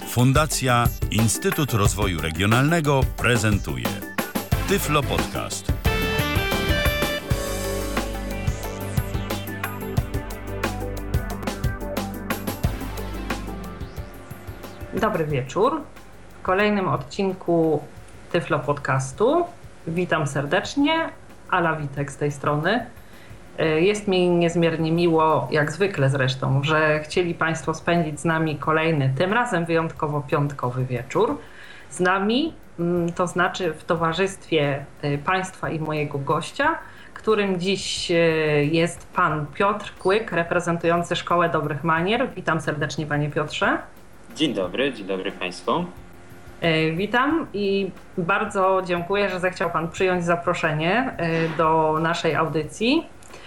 Fundacja Instytut Rozwoju Regionalnego prezentuje Tyflo Podcast. Dobry wieczór. W kolejnym odcinku Tyflo Podcastu witam serdecznie. Ala Witek z tej strony. Jest mi niezmiernie miło, jak zwykle zresztą, że chcieli Państwo spędzić z nami kolejny, tym razem wyjątkowo piątkowy wieczór. Z nami, to znaczy w towarzystwie Państwa i mojego gościa, którym dziś jest Pan Piotr Kłyk, reprezentujący Szkołę Dobrych Manier. Witam serdecznie, Panie Piotrze. Dzień dobry Państwu. Witam i bardzo dziękuję, że zechciał Pan przyjąć zaproszenie do naszej audycji.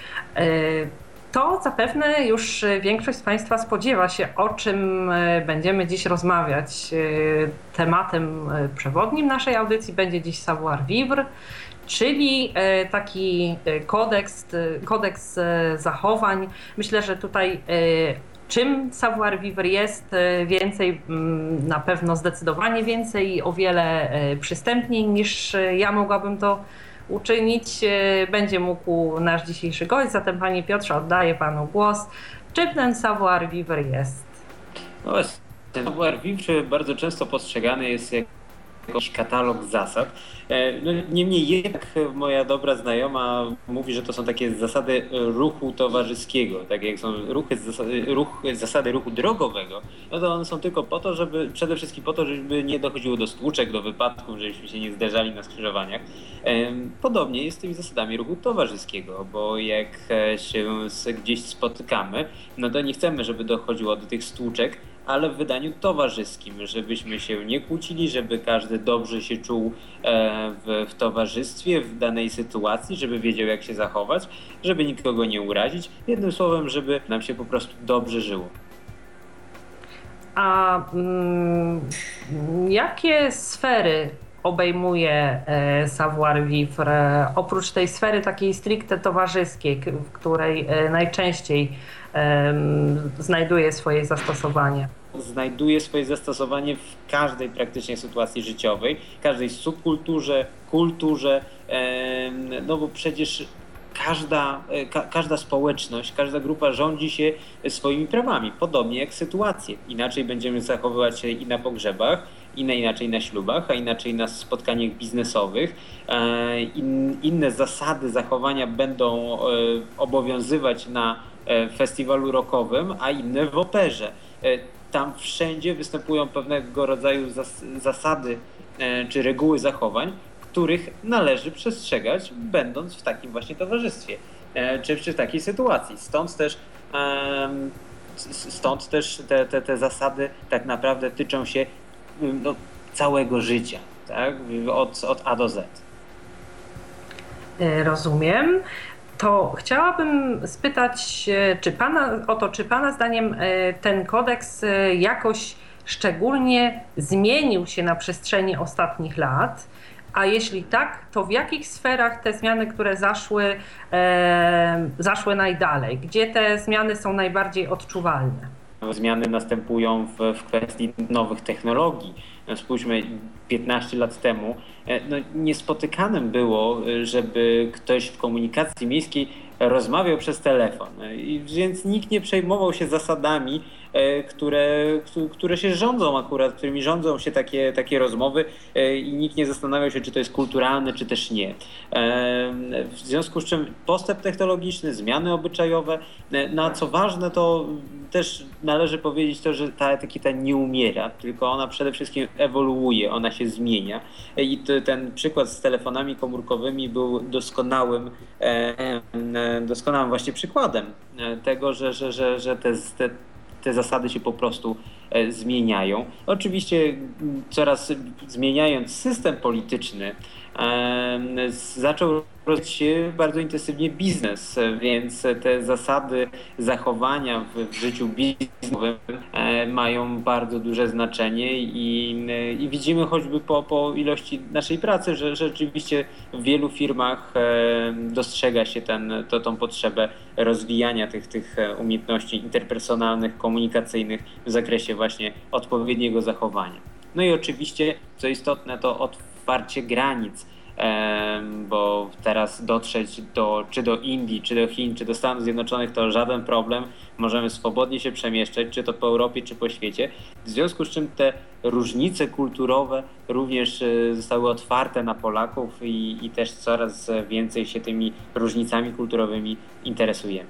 To zapewne już większość z Państwa spodziewa się, o czym będziemy dziś rozmawiać. Tematem przewodnim naszej audycji będzie dziś savoir-vivre, czyli taki kodeks zachowań. Myślę, że tutaj czym savoir-vivre jest więcej, na pewno zdecydowanie więcej i o wiele przystępniej niż ja mogłabym to uczynić, będzie mógł nasz dzisiejszy gość. Zatem, Panie Piotrze, oddaję Panu głos. Czym ten savoir-vivre jest? No, ten savoir-vivre bardzo często postrzegany jest jako jakiś katalog zasad. No, niemniej jednak moja dobra znajoma mówi, że to są takie zasady ruchu towarzyskiego, tak jak są zasady ruchu drogowego, no to one są tylko po to, przede wszystkim po to, żeby nie dochodziło do stłuczek, do wypadków, żebyśmy się nie zderzali na skrzyżowaniach. Podobnie jest z tymi zasadami ruchu towarzyskiego, bo jak się gdzieś spotykamy, no to nie chcemy, żeby dochodziło do tych stłuczek, ale w wydaniu towarzyskim, żebyśmy się nie kłócili, żeby każdy dobrze się czuł w towarzystwie, w danej sytuacji, żeby wiedział, jak się zachować, żeby nikogo nie urazić. Jednym słowem, żeby nam się po prostu dobrze żyło. A jakie sfery obejmuje savoir-vivre, oprócz tej sfery takiej stricte towarzyskiej, w której najczęściej znajduje swoje zastosowanie? Znajduje swoje zastosowanie w każdej praktycznie sytuacji życiowej, każdej subkulturze, kulturze, no bo przecież każda społeczność, każda grupa rządzi się swoimi prawami, podobnie jak sytuacje. Inaczej będziemy zachowywać się i na pogrzebach, inaczej na ślubach, a inaczej na spotkaniach biznesowych. Inne zasady zachowania będą obowiązywać na festiwalu rockowym, a inne w operze. Tam wszędzie występują pewnego rodzaju zasady czy reguły zachowań, których należy przestrzegać, będąc w takim właśnie towarzystwie, czy w takiej sytuacji. Stąd też te zasady tak naprawdę tyczą się całego życia, tak? Od A do Z. Rozumiem. To chciałabym spytać, czy Pana zdaniem ten kodeks jakoś szczególnie zmienił się na przestrzeni ostatnich lat? A jeśli tak, to w jakich sferach te zmiany, które zaszły najdalej? Gdzie te zmiany są najbardziej odczuwalne? Zmiany następują w kwestii nowych technologii. Spójrzmy, 15 lat temu niespotykanym było, żeby ktoś w komunikacji miejskiej rozmawiał przez telefon. Więc nikt nie przejmował się zasadami, które się rządzą akurat, którymi rządzą się takie rozmowy i nikt nie zastanawiał się, czy to jest kulturalne, czy też nie. W związku z czym postęp technologiczny, zmiany obyczajowe, no a co ważne, to też należy powiedzieć to, że ta etykieta nie umiera, tylko ona przede wszystkim ewoluuje, ona się zmienia. I ten przykład z telefonami komórkowymi był doskonałym właśnie przykładem tego, że te zasady się po prostu zmieniają. Oczywiście coraz zmieniając system polityczny, zaczął rozwijać bardzo intensywnie biznes, więc te zasady zachowania w życiu biznesowym mają bardzo duże znaczenie i widzimy choćby po ilości naszej pracy, że rzeczywiście w wielu firmach dostrzega się tą potrzebę rozwijania tych umiejętności interpersonalnych, komunikacyjnych w zakresie właśnie odpowiedniego zachowania. No i oczywiście, co istotne, to otwarcie granic, bo teraz dotrzeć czy do Indii, czy do Chin, czy do Stanów Zjednoczonych to żaden problem. Możemy swobodnie się przemieszczać, czy to po Europie, czy po świecie. W związku z czym te różnice kulturowe również zostały otwarte na Polaków i też coraz więcej się tymi różnicami kulturowymi interesujemy.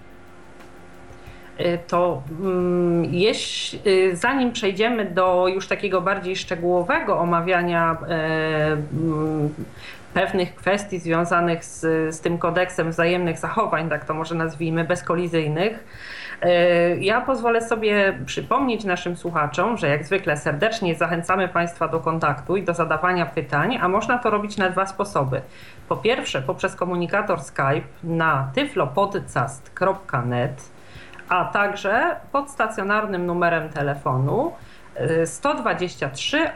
To zanim przejdziemy do już takiego bardziej szczegółowego omawiania pewnych kwestii związanych z tym kodeksem wzajemnych zachowań, tak to może nazwijmy, bezkolizyjnych, ja pozwolę sobie przypomnieć naszym słuchaczom, że jak zwykle serdecznie zachęcamy Państwa do kontaktu i do zadawania pytań, a można to robić na 2 sposoby. Po pierwsze poprzez komunikator Skype na tyflopodcast.net, a także pod stacjonarnym numerem telefonu 123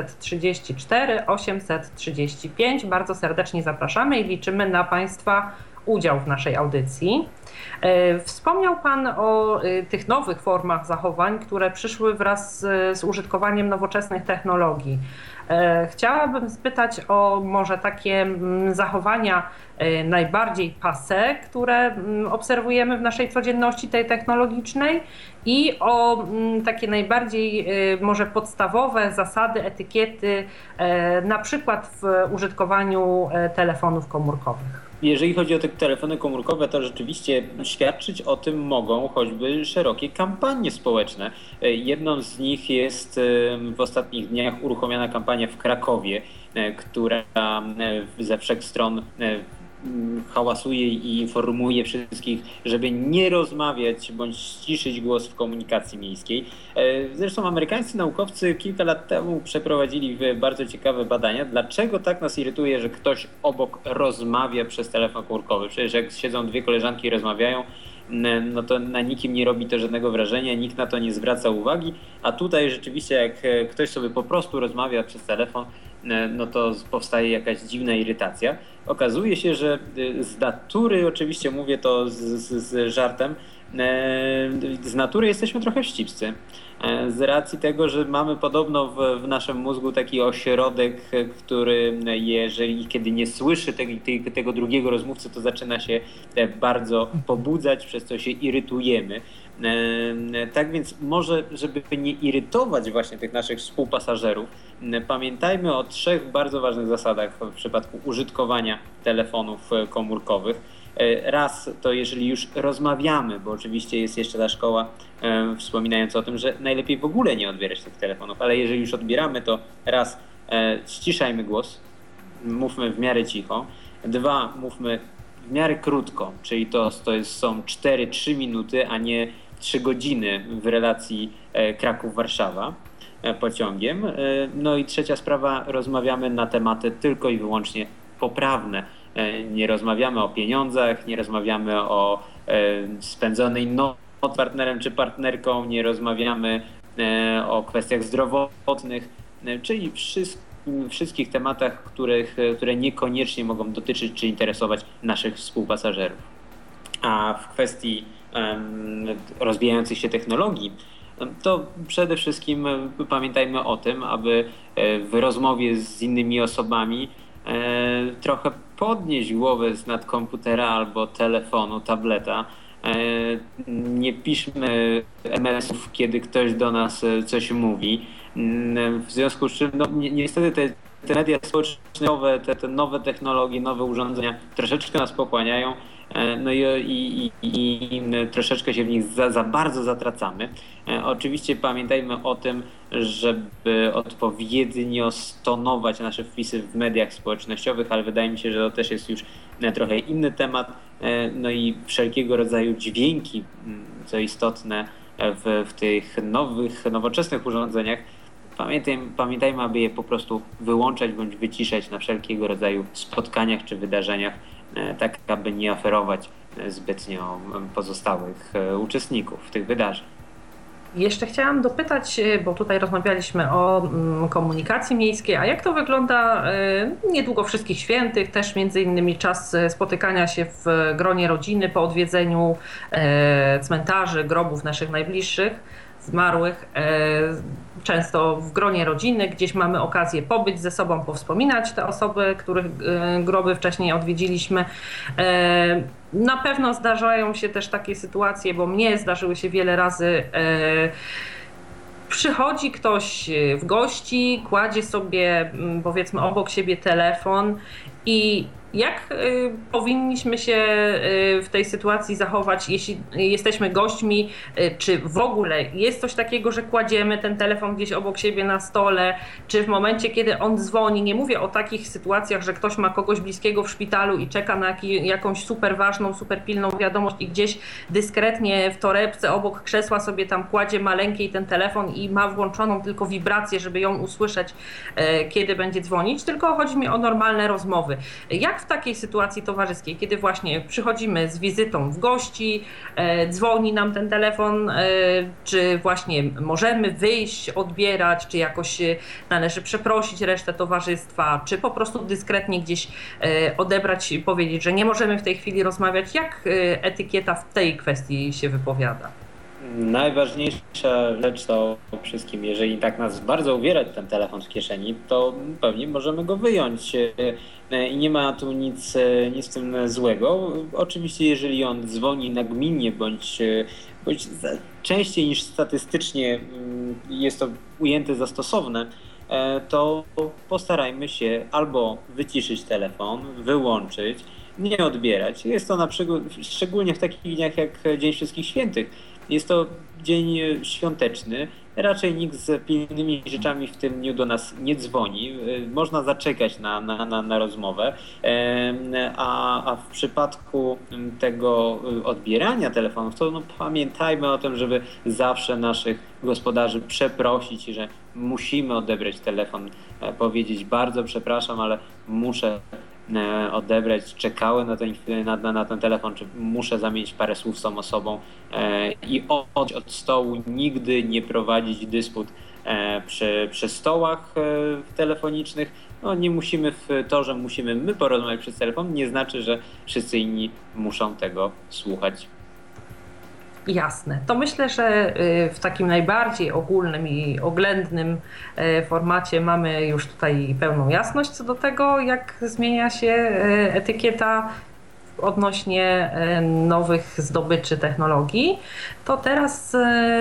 834 835. Bardzo serdecznie zapraszamy i liczymy na Państwa udział w naszej audycji. Wspomniał Pan o tych nowych formach zachowań, które przyszły wraz z użytkowaniem nowoczesnych technologii. Chciałabym spytać o może takie zachowania najbardziej passé, które obserwujemy w naszej codzienności tej technologicznej i o takie najbardziej może podstawowe zasady etykiety, na przykład w użytkowaniu telefonów komórkowych. Jeżeli chodzi o te telefony komórkowe, to rzeczywiście świadczyć o tym mogą choćby szerokie kampanie społeczne. Jedną z nich jest w ostatnich dniach uruchomiona kampania w Krakowie, która ze wszech stron hałasuje i informuje wszystkich, żeby nie rozmawiać bądź ściszyć głos w komunikacji miejskiej. Zresztą amerykańscy naukowcy kilka lat temu przeprowadzili bardzo ciekawe badania, dlaczego tak nas irytuje, że ktoś obok rozmawia przez telefon komórkowy. Przecież jak siedzą 2 koleżanki i rozmawiają, no to na nikim nie robi to żadnego wrażenia, nikt na to nie zwraca uwagi, a tutaj rzeczywiście jak ktoś sobie po prostu rozmawia przez telefon, no to powstaje jakaś dziwna irytacja. Okazuje się, że z natury, oczywiście mówię to z żartem, z natury jesteśmy trochę wścibscy. Z racji tego, że mamy podobno w naszym mózgu taki ośrodek, który kiedy nie słyszy tego drugiego rozmówcy, to zaczyna się bardzo pobudzać, przez co się irytujemy. Tak więc może, żeby nie irytować właśnie tych naszych współpasażerów, pamiętajmy o 3 bardzo ważnych zasadach w przypadku użytkowania telefonów komórkowych. Raz to jeżeli już rozmawiamy, bo oczywiście jest jeszcze ta szkoła wspominająca o tym, że najlepiej w ogóle nie odbierać tych telefonów, ale jeżeli już odbieramy, to raz ściszajmy głos, mówmy w miarę cicho. 2, mówmy w miarę krótko, czyli są 4-3 minuty, a nie 3 godziny w relacji Kraków-Warszawa pociągiem. No i 3 sprawa, rozmawiamy na tematy tylko i wyłącznie poprawne. Nie rozmawiamy o pieniądzach, nie rozmawiamy o spędzonej nocy z partnerem czy partnerką, nie rozmawiamy o kwestiach zdrowotnych, czyli wszystkich tematach, które niekoniecznie mogą dotyczyć czy interesować naszych współpasażerów. A w kwestii rozwijających się technologii, to przede wszystkim pamiętajmy o tym, aby w rozmowie z innymi osobami trochę podnieść głowę z nad komputera albo telefonu, tableta. Nie piszmy SMS-ów, kiedy ktoś do nas coś mówi. W związku z czym niestety te media społecznościowe, te nowe technologie, nowe urządzenia troszeczkę nas pochłaniają. No i troszeczkę się w nich za bardzo zatracamy. Oczywiście pamiętajmy o tym, żeby odpowiednio stonować nasze wpisy w mediach społecznościowych, ale wydaje mi się, że to też jest już trochę inny temat. No i wszelkiego rodzaju dźwięki, co istotne w tych nowoczesnych urządzeniach, Pamiętajmy, aby je po prostu wyłączać bądź wyciszać na wszelkiego rodzaju spotkaniach czy wydarzeniach, tak aby nie oferować zbytnio pozostałych uczestników tych wydarzeń. Jeszcze chciałam dopytać, bo tutaj rozmawialiśmy o komunikacji miejskiej, a jak to wygląda niedługo Wszystkich Świętych, też między innymi czas spotykania się w gronie rodziny po odwiedzeniu cmentarzy, grobów naszych najbliższych, zmarłych, często w gronie rodziny, gdzieś mamy okazję pobyć ze sobą, powspominać te osoby, których groby wcześniej odwiedziliśmy. Na pewno zdarzają się też takie sytuacje, bo mnie zdarzyły się wiele razy. Przychodzi ktoś w gości, kładzie sobie powiedzmy obok siebie telefon i jak powinniśmy się w tej sytuacji zachować, jeśli jesteśmy gośćmi, czy w ogóle jest coś takiego, że kładziemy ten telefon gdzieś obok siebie na stole, czy w momencie, kiedy on dzwoni, nie mówię o takich sytuacjach, że ktoś ma kogoś bliskiego w szpitalu i czeka na jakąś super ważną, super pilną wiadomość i gdzieś dyskretnie w torebce obok krzesła sobie tam kładzie maleńkiej ten telefon i ma włączoną tylko wibrację, żeby ją usłyszeć, kiedy będzie dzwonić, tylko chodzi mi o normalne rozmowy. Jak w takiej sytuacji towarzyskiej, kiedy właśnie przychodzimy z wizytą w gości, dzwoni nam ten telefon, czy właśnie możemy wyjść, odbierać, czy jakoś należy przeprosić resztę towarzystwa, czy po prostu dyskretnie gdzieś odebrać i powiedzieć, że nie możemy w tej chwili rozmawiać. Jak etykieta w tej kwestii się wypowiada? Najważniejsza rzecz to wszystkim, jeżeli tak nas bardzo uwiera ten telefon w kieszeni, to pewnie możemy go wyjąć i nie ma tu nic w tym złego. Oczywiście jeżeli on dzwoni nagminnie bądź częściej niż statystycznie jest to ujęte za stosowne, to postarajmy się albo wyciszyć telefon, wyłączyć, nie odbierać. Jest to na przykład, szczególnie w takich dniach jak Dzień Wszystkich Świętych. Jest to dzień świąteczny, raczej nikt z pilnymi rzeczami w tym dniu do nas nie dzwoni. Można zaczekać na rozmowę, a w przypadku tego odbierania telefonów, to pamiętajmy o tym, żeby zawsze naszych gospodarzy przeprosić, że musimy odebrać telefon, powiedzieć bardzo przepraszam, ale muszę odebrać, czekały na ten telefon, czy muszę zamienić parę słów z tą osobą i odejść od stołu, nigdy nie prowadzić dysput przy stołach telefonicznych. No, nie musimy że musimy my porozmawiać przez telefon, nie znaczy, że wszyscy inni muszą tego słuchać. Jasne. To myślę, że w takim najbardziej ogólnym i oględnym formacie mamy już tutaj pełną jasność co do tego, jak zmienia się etykieta odnośnie nowych zdobyczy technologii. To teraz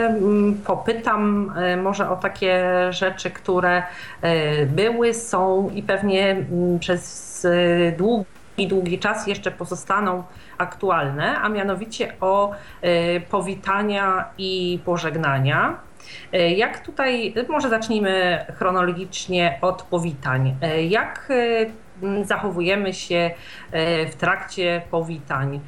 popytam może o takie rzeczy, które były, są i pewnie przez długi czas jeszcze pozostaną aktualne, a mianowicie o powitania i pożegnania. Jak tutaj, może zacznijmy chronologicznie od powitań. Jak zachowujemy się w trakcie powitań?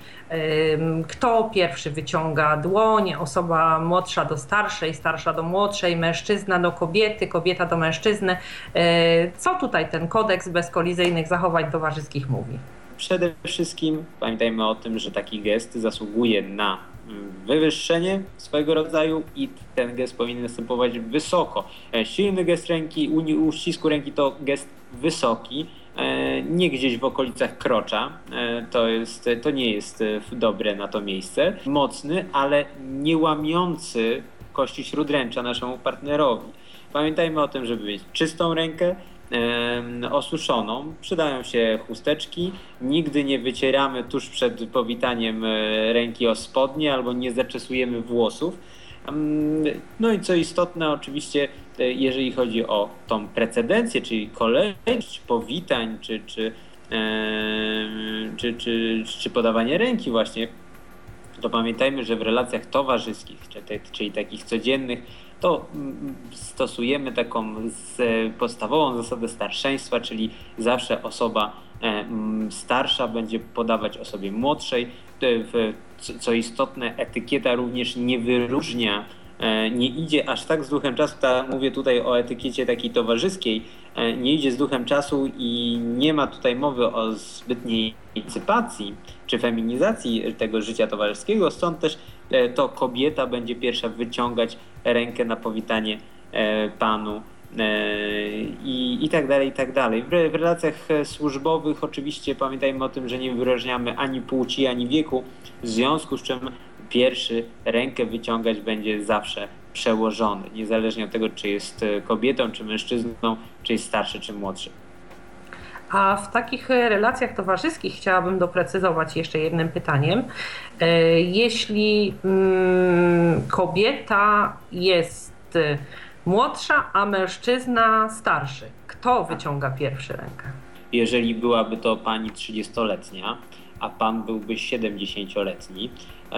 Kto pierwszy wyciąga dłoń? Osoba młodsza do starszej, starsza do młodszej, mężczyzna do kobiety, kobieta do mężczyzny. Co tutaj ten kodeks bezkolizyjnych zachowań towarzyskich mówi? Przede wszystkim pamiętajmy o tym, że taki gest zasługuje na wywyższenie swojego rodzaju i ten gest powinien następować wysoko. Silny gest ręki, uścisku ręki to gest wysoki, nie gdzieś w okolicach krocza, to nie jest dobre na to miejsce. Mocny, ale nie łamiący kości śródręcza naszemu partnerowi. Pamiętajmy o tym, żeby mieć czystą rękę, osuszoną. Przydają się chusteczki. Nigdy nie wycieramy tuż przed powitaniem ręki o spodnie albo nie zaczesujemy włosów. No i co istotne, oczywiście, jeżeli chodzi o tą precedencję, czyli kolejność powitań, czy podawanie ręki właśnie, to pamiętajmy, że w relacjach towarzyskich, czyli takich codziennych, to stosujemy taką podstawową zasadę starszeństwa, czyli zawsze osoba starsza będzie podawać osobie młodszej. Co istotne, etykieta również nie wyróżnia nie idzie aż tak z duchem czasu, mówię tutaj o etykiecie takiej towarzyskiej, nie idzie z duchem czasu i nie ma tutaj mowy o zbytniej emancypacji czy feminizacji tego życia towarzyskiego, stąd też to kobieta będzie pierwsza wyciągać rękę na powitanie panu i tak dalej, i tak dalej. W relacjach służbowych oczywiście pamiętajmy o tym, że nie wyróżniamy ani płci, ani wieku, w związku z czym pierwszy rękę wyciągać będzie zawsze przełożony, niezależnie od tego, czy jest kobietą, czy mężczyzną, czy jest starszy, czy młodszy. A w takich relacjach towarzyskich chciałabym doprecyzować jeszcze jednym pytaniem. Jeśli kobieta jest młodsza, a mężczyzna starszy, kto wyciąga pierwszy rękę? Jeżeli byłaby to pani 30-letnia, a pan byłby 70-letni,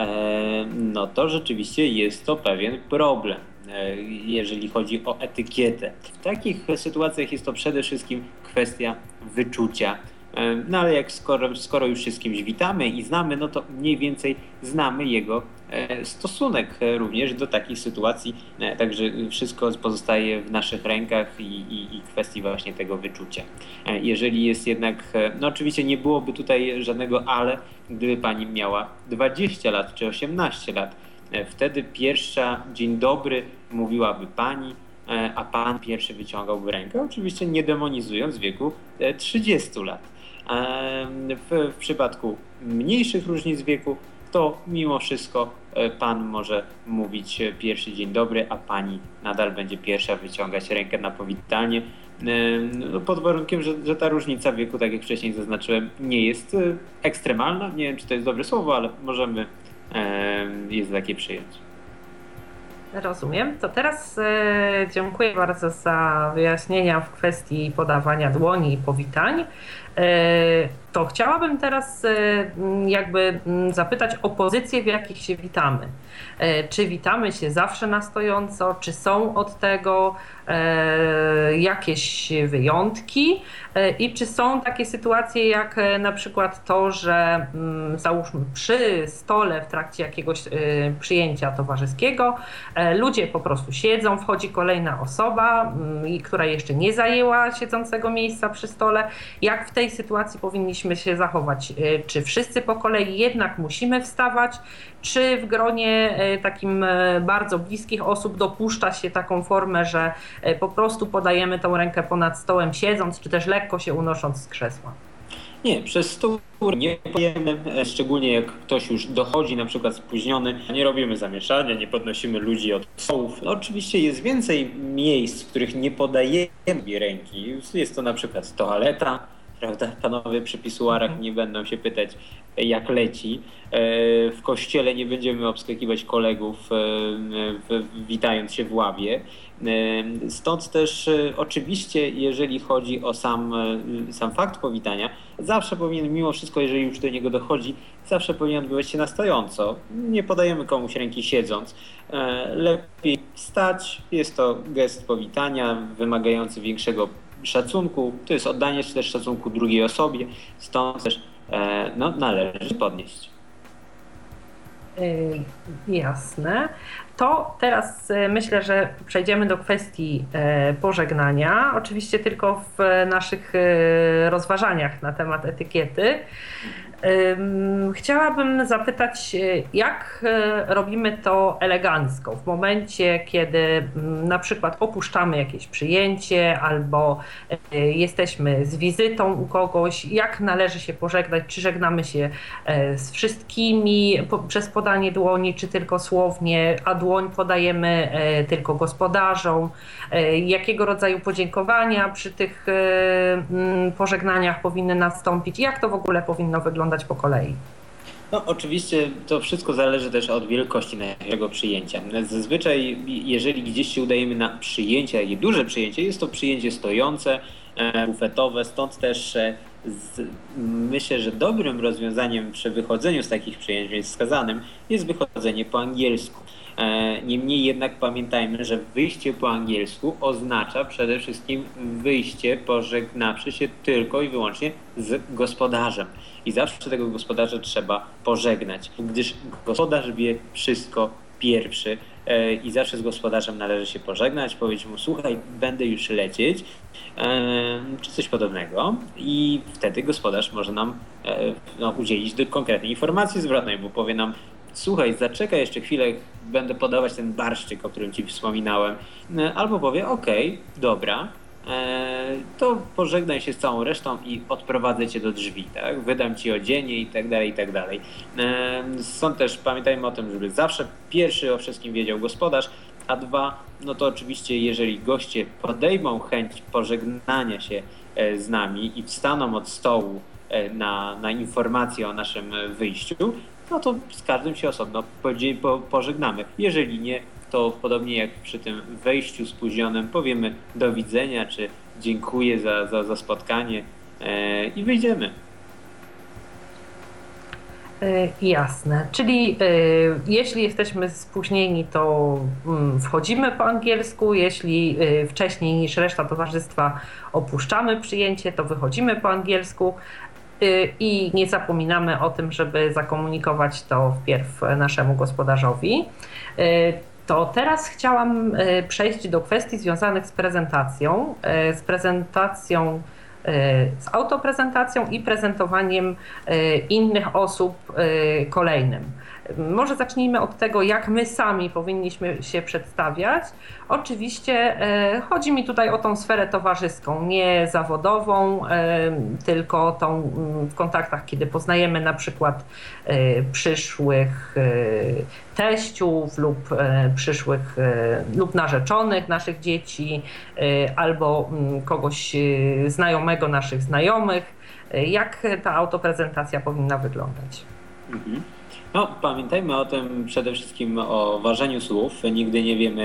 no to rzeczywiście jest to pewien problem, jeżeli chodzi o etykietę. W takich sytuacjach jest to przede wszystkim kwestia wyczucia. No ale jak skoro już się z kimś witamy i znamy, no to mniej więcej znamy jego stosunek również do takich sytuacji. Także wszystko pozostaje w naszych rękach i kwestii właśnie tego wyczucia. Jeżeli jest jednak, no oczywiście nie byłoby tutaj żadnego ale, gdyby pani miała 20 lat czy 18 lat. Wtedy pierwsza dzień dobry mówiłaby pani, a pan pierwszy wyciągałby rękę, oczywiście nie demonizując wieku 30 lat. W przypadku mniejszych różnic wieku to mimo wszystko pan może mówić pierwszy dzień dobry, a pani nadal będzie pierwsza wyciągać rękę na powitanie. No pod warunkiem, że ta różnica wieku, tak jak wcześniej zaznaczyłem, nie jest ekstremalna. Nie wiem, czy to jest dobre słowo, ale możemy je takie przyjąć. Rozumiem. To teraz dziękuję bardzo za wyjaśnienia w kwestii podawania dłoni i powitań. To chciałabym teraz jakby zapytać o pozycje, w jakich się witamy. Czy witamy się zawsze na stojąco, czy są od tego jakieś wyjątki i czy są takie sytuacje jak na przykład to, że załóżmy przy stole w trakcie jakiegoś przyjęcia towarzyskiego ludzie po prostu siedzą, wchodzi kolejna osoba, która jeszcze nie zajęła siedzącego miejsca przy stole. Jak w tej sytuacji powinniśmy się zachować? Czy wszyscy po kolei jednak musimy wstawać? Czy w gronie takim bardzo bliskich osób dopuszcza się taką formę, że po prostu podajemy tą rękę ponad stołem siedząc, czy też lekko się unosząc z krzesła? Nie, przez stół nie podajemy, szczególnie jak ktoś już dochodzi, na przykład spóźniony, nie robimy zamieszania, nie podnosimy ludzi od stołów. No, oczywiście jest więcej miejsc, w których nie podajemy ręki. Jest to na przykład toaleta, prawda? Panowie przy pisuarach nie będą się pytać, jak leci. W kościele nie będziemy obskakiwać kolegów, witając się w ławie. Stąd też oczywiście, jeżeli chodzi o sam fakt powitania, zawsze powinien, mimo wszystko, jeżeli już do niego dochodzi, zawsze powinien odbywać się na stojąco. Nie podajemy komuś ręki siedząc. Lepiej wstać. Jest to gest powitania wymagający większego szacunku. To jest oddanie też szacunku drugiej osobie. Stąd też należy podnieść. Jasne. To teraz myślę, że przejdziemy do kwestii pożegnania. Oczywiście tylko w naszych rozważaniach na temat etykiety. Chciałabym zapytać, jak robimy to elegancko w momencie, kiedy na przykład opuszczamy jakieś przyjęcie albo jesteśmy z wizytą u kogoś, jak należy się pożegnać, czy żegnamy się z wszystkimi przez podanie dłoni, czy tylko słownie, a dłoń podajemy tylko gospodarzom, jakiego rodzaju podziękowania przy tych pożegnaniach powinny nastąpić, jak to w ogóle powinno wyglądać po kolei? No oczywiście to wszystko zależy też od wielkości naszego przyjęcia. Zazwyczaj jeżeli gdzieś się udajemy na przyjęcie, takie duże przyjęcie, jest to przyjęcie stojące, bufetowe, stąd też myślę, że dobrym rozwiązaniem przy wychodzeniu z takich przyjęć, więc wskazanym, jest wychodzenie po angielsku. Niemniej jednak pamiętajmy, że wyjście po angielsku oznacza przede wszystkim wyjście pożegnawszy się tylko i wyłącznie z gospodarzem. I zawsze tego gospodarza trzeba pożegnać, gdyż gospodarz wie wszystko pierwszy. i zawsze z gospodarzem należy się pożegnać, powiedzieć mu: słuchaj, będę już lecieć, czy coś podobnego, i wtedy gospodarz może nam udzielić konkretnej informacji zwrotnej, bo powie nam: słuchaj, zaczekaj jeszcze chwilę, będę podawać ten barszczyk, o którym ci wspominałem, albo powie: okej, dobra, to pożegnaj się z całą resztą i odprowadzę cię do drzwi, tak? Wydam ci odzienie i tak dalej, i tak dalej. Stąd też pamiętajmy o tym, żeby zawsze pierwszy o wszystkim wiedział gospodarz, a dwa, no to oczywiście jeżeli goście podejmą chęć pożegnania się z nami i wstaną od stołu na informację o naszym wyjściu, no to z każdym się osobno pożegnamy. Jeżeli nie, to podobnie jak przy tym wejściu spóźnionym powiemy do widzenia, czy dziękuję za spotkanie i wyjdziemy. Jasne. Czyli jeśli jesteśmy spóźnieni, to wchodzimy po angielsku, jeśli wcześniej niż reszta towarzystwa opuszczamy przyjęcie, to wychodzimy po angielsku. I nie zapominamy o tym, żeby zakomunikować to wpierw naszemu gospodarzowi. To teraz chciałam przejść do kwestii związanych z autoprezentacją i prezentowaniem innych osób kolejnym. Może zacznijmy od tego, jak my sami powinniśmy się przedstawiać. Oczywiście chodzi mi tutaj o tą sferę towarzyską, nie zawodową, tylko tą w kontaktach, kiedy poznajemy na przykład przyszłych teściów lub narzeczonych naszych dzieci, albo kogoś znajomego naszych znajomych. Jak ta autoprezentacja powinna wyglądać? No, pamiętajmy o tym przede wszystkim, o ważeniu słów. Nigdy nie wiemy,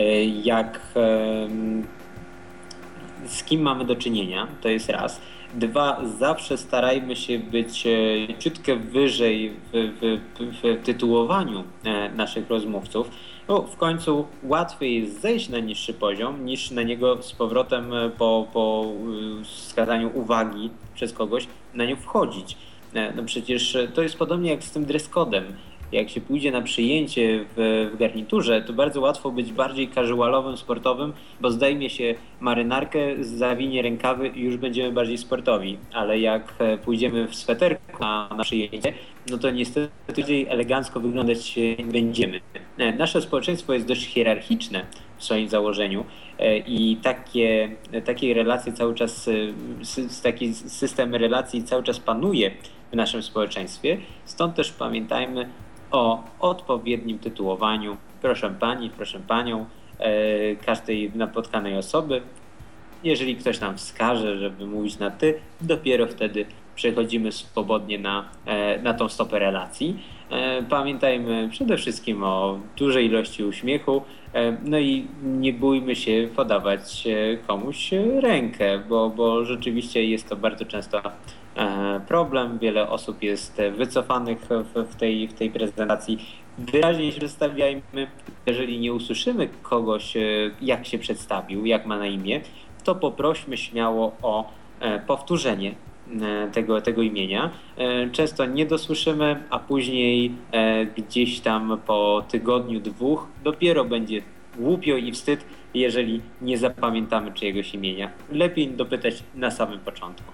z kim mamy do czynienia, to jest raz. Dwa, zawsze starajmy się być ciutkę wyżej w tytułowaniu naszych rozmówców. No, w końcu łatwiej jest zejść na niższy poziom, niż na niego z powrotem po wskazaniu uwagi przez kogoś na nią wchodzić. No przecież to jest podobnie jak z tym dress codem. Jak się pójdzie na przyjęcie w garniturze, to bardzo łatwo być bardziej casualowym, sportowym, bo zdejmie się marynarkę, zawinie rękawy i już będziemy bardziej sportowi. Ale jak pójdziemy w sweterku na przyjęcie, no to niestety bardziej elegancko wyglądać nie będziemy. Nasze społeczeństwo jest dość hierarchiczne w swoim założeniu i takie relacje cały czas, taki system relacji cały czas panuje w naszym społeczeństwie. Stąd też pamiętajmy o odpowiednim tytułowaniu. Proszę pani, proszę panią, każdej napotkanej osoby. Jeżeli ktoś nam wskaże, żeby mówić na ty, dopiero wtedy przechodzimy swobodnie na tą stopę relacji. Pamiętajmy przede wszystkim o dużej ilości uśmiechu, no i nie bójmy się podawać komuś rękę, bo rzeczywiście jest to bardzo często problem. Wiele osób jest wycofanych w tej prezentacji. Wyraźnie się przedstawiajmy. Jeżeli nie usłyszymy kogoś, jak się przedstawił, jak ma na imię, to poprośmy śmiało o powtórzenie tego imienia. Często nie dosłyszymy, a później gdzieś tam po tygodniu, dwóch dopiero będzie głupio i wstyd, jeżeli nie zapamiętamy czyjegoś imienia. Lepiej dopytać na samym początku.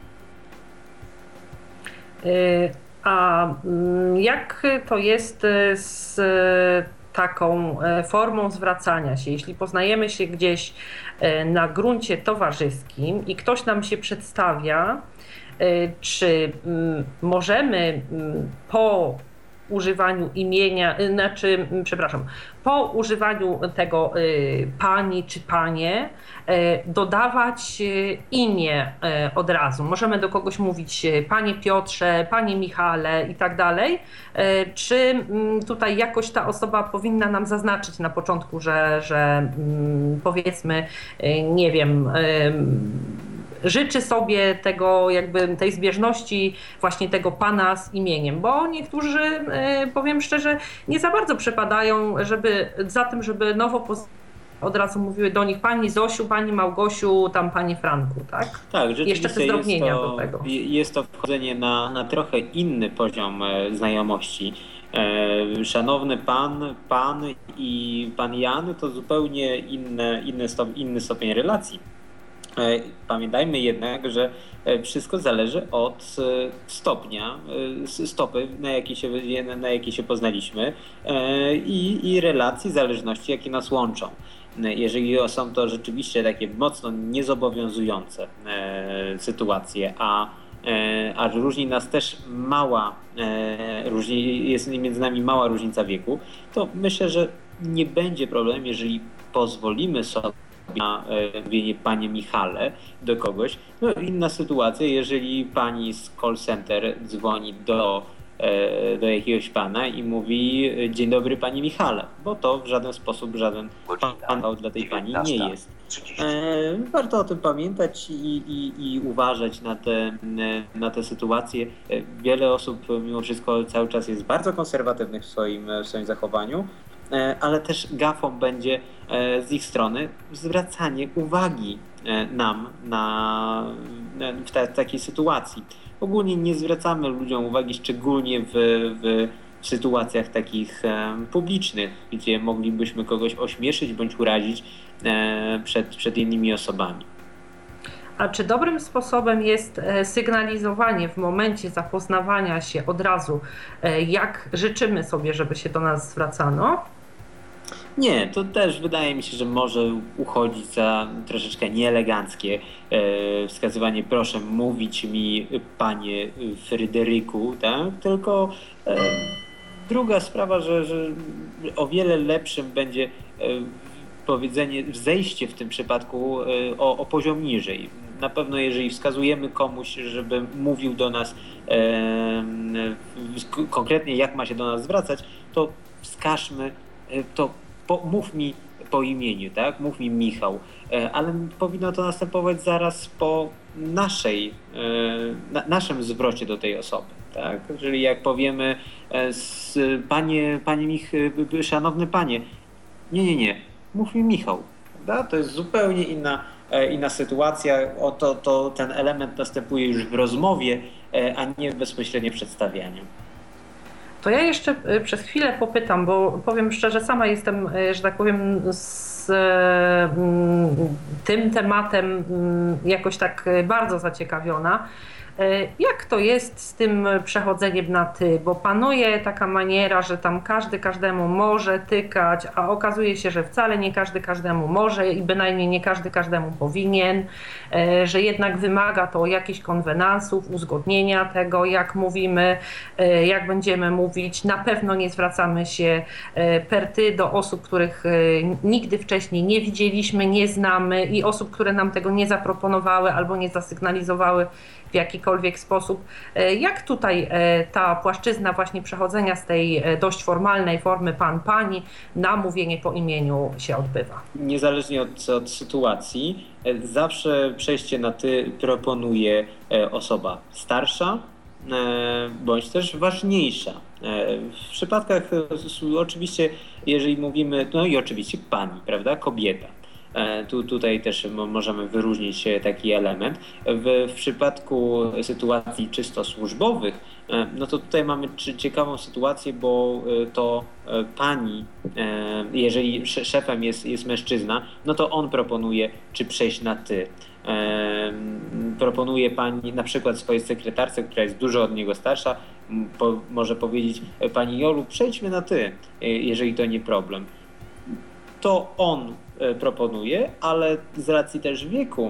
A jak to jest z taką formą zwracania się? Jeśli poznajemy się gdzieś na gruncie towarzyskim i ktoś nam się przedstawia, czy możemy po używaniu imienia, po używaniu tego pani czy panie dodawać imię od razu? Możemy do kogoś mówić panie Piotrze, panie Michale i tak dalej. Czy tutaj jakoś ta osoba powinna nam zaznaczyć na początku, że powiedzmy, nie wiem, życzy sobie tego, jakby tej zbieżności właśnie tego pana z imieniem, bo niektórzy, powiem szczerze, nie za bardzo przepadają za tym, żeby nowo od razu mówiły do nich pani Zosiu, pani Małgosiu, tam pani Franku, tak? Tak, rzeczywiście jeszcze te zdrobnienia do tego. Jest to wchodzenie na trochę inny poziom znajomości. Szanowny pan i pan Jan to zupełnie inny stopień relacji. Pamiętajmy jednak, że wszystko zależy od stopy, na jakiej się poznaliśmy i relacji, zależności, jakie nas łączą. Jeżeli są to rzeczywiście takie mocno niezobowiązujące sytuacje, a różni nas też jest między nami mała różnica wieku, to myślę, że nie będzie problemu, jeżeli pozwolimy sobie na mówienie panie Michale do kogoś. No, inna sytuacja, jeżeli pani z call center dzwoni do jakiegoś pana i mówi: dzień dobry panie Michale, bo to w żaden sposób żaden pan dla tej pani nie jest. Warto o tym pamiętać i uważać na te sytuacje. Wiele osób mimo wszystko cały czas jest bardzo konserwatywnych w swoim zachowaniu, ale też gafą będzie z ich strony zwracanie uwagi nam w takiej sytuacji. Ogólnie nie zwracamy ludziom uwagi, szczególnie w sytuacjach takich publicznych, gdzie moglibyśmy kogoś ośmieszyć bądź urazić przed innymi osobami. A czy dobrym sposobem jest sygnalizowanie w momencie zapoznawania się od razu, jak życzymy sobie, żeby się do nas zwracano? Nie, to też wydaje mi się, że może uchodzić za troszeczkę nieeleganckie wskazywanie: proszę mówić mi panie Fryderyku, tak? Tylko druga sprawa, że o wiele lepszym będzie powiedzenie, zejście w tym przypadku o poziom niżej. Na pewno jeżeli wskazujemy komuś, żeby mówił do nas konkretnie, jak ma się do nas zwracać, to wskażmy to. Mów mi po imieniu, tak? Mów mi Michał, ale powinno to następować zaraz po naszym zwrocie do tej osoby, tak? Czyli jak powiemy: szanowny panie, nie, mów mi Michał, prawda? To jest zupełnie inna sytuacja. Ten element następuje już w rozmowie, a nie w bezpośrednim przedstawianiu. To ja jeszcze przez chwilę popytam, bo powiem szczerze, sama jestem, że tak powiem, z tym tematem jakoś tak bardzo zaciekawiona. Jak to jest z tym przechodzeniem na ty? Bo panuje taka maniera, że tam każdy każdemu może tykać, a okazuje się, że wcale nie każdy każdemu może i bynajmniej nie każdy każdemu powinien, że jednak wymaga to jakichś konwenansów, uzgodnienia tego, jak mówimy, jak będziemy mówić. Na pewno nie zwracamy się per ty do osób, których nigdy wcześniej nie widzieliśmy, nie znamy i osób, które nam tego nie zaproponowały albo nie zasygnalizowały w jakikolwiek sposób. Jak tutaj ta płaszczyzna właśnie przechodzenia z tej dość formalnej formy pan, pani na mówienie po imieniu się odbywa? Niezależnie od sytuacji, zawsze przejście na ty proponuje osoba starsza bądź też ważniejsza. W przypadkach oczywiście, jeżeli mówimy, no i oczywiście pani, prawda, kobieta. Tutaj też możemy wyróżnić taki element. W przypadku sytuacji czysto służbowych, no to tutaj mamy ciekawą sytuację, bo to pani, jeżeli szefem jest mężczyzna, no to on proponuje, czy przejść na ty. Proponuje pani na przykład swojej sekretarce, która jest dużo od niego starsza, może powiedzieć: pani Jolu, przejdźmy na ty, jeżeli to nie problem. To on proponuje, ale z racji też wieku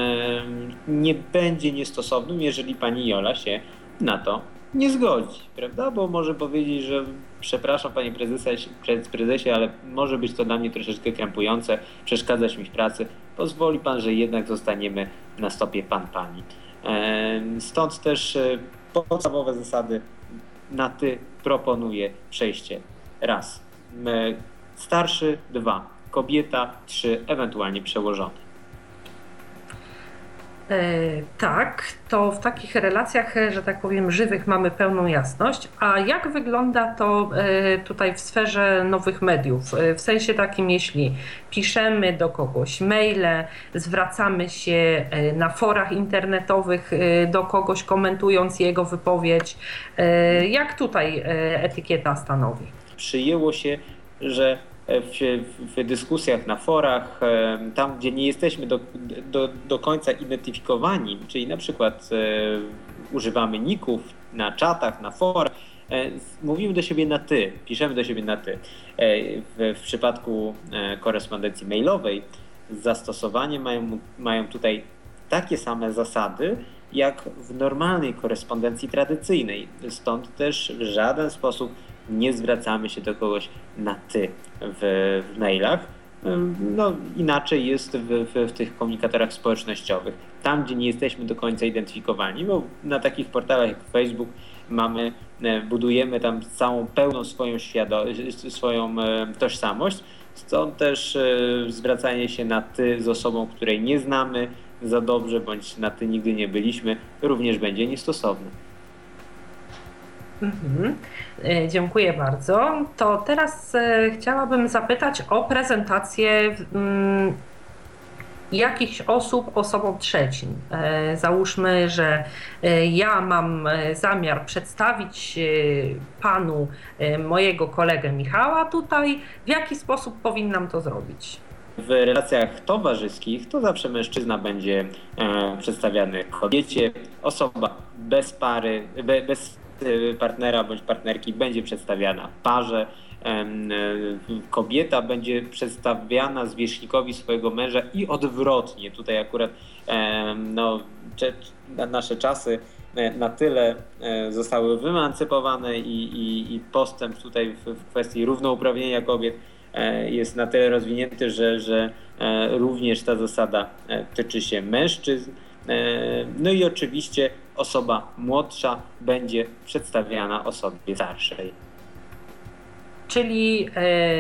nie będzie niestosownym, jeżeli pani Jola się na to nie zgodzi, prawda? Bo może powiedzieć, że przepraszam panie prezesie, ale może być to dla mnie troszeczkę krępujące, przeszkadzać mi w pracy. Pozwoli pan, że jednak zostaniemy na stopie pan, pani. Stąd też podstawowe zasady: na ty proponuje przejście raz. Starszy 2, kobieta 3, ewentualnie przełożony. Tak, to w takich relacjach, że tak powiem, żywych mamy pełną jasność. A jak wygląda to tutaj w sferze nowych mediów? W sensie takim, jeśli piszemy do kogoś maile, zwracamy się na forach internetowych do kogoś, komentując jego wypowiedź. Jak tutaj etykieta stanowi? Przyjęło się, że w dyskusjach na forach, tam gdzie nie jesteśmy do końca identyfikowani, czyli na przykład używamy ników na czatach, na forach, mówimy do siebie na ty, piszemy do siebie na ty. W przypadku korespondencji mailowej zastosowanie mają tutaj takie same zasady, jak w normalnej korespondencji tradycyjnej. Stąd też w żaden sposób nie zwracamy się do kogoś na ty w mailach. No, inaczej jest w tych komunikatorach społecznościowych. Tam, gdzie nie jesteśmy do końca identyfikowani, bo na takich portalach jak Facebook budujemy tam całą pełną swoją tożsamość. Stąd też zwracanie się na ty z osobą, której nie znamy za dobrze, bądź na ty nigdy nie byliśmy, również będzie niestosowne. Dziękuję bardzo. To teraz chciałabym zapytać o prezentację jakichś osób osobom trzecim. Załóżmy, że ja mam zamiar przedstawić panu mojego kolegę Michała tutaj. W jaki sposób powinnam to zrobić? W relacjach towarzyskich to zawsze mężczyzna będzie przedstawiany kobiecie, osoba bez pary, bez partnera bądź partnerki będzie przedstawiana parze, kobieta będzie przedstawiana zwierzchnikowi swojego męża i odwrotnie. Tutaj akurat nasze czasy na tyle zostały wyemancypowane i postęp tutaj w kwestii równouprawnienia kobiet jest na tyle rozwinięty, że również ta zasada tyczy się mężczyzn. No i oczywiście osoba młodsza będzie przedstawiana osobie starszej. Czyli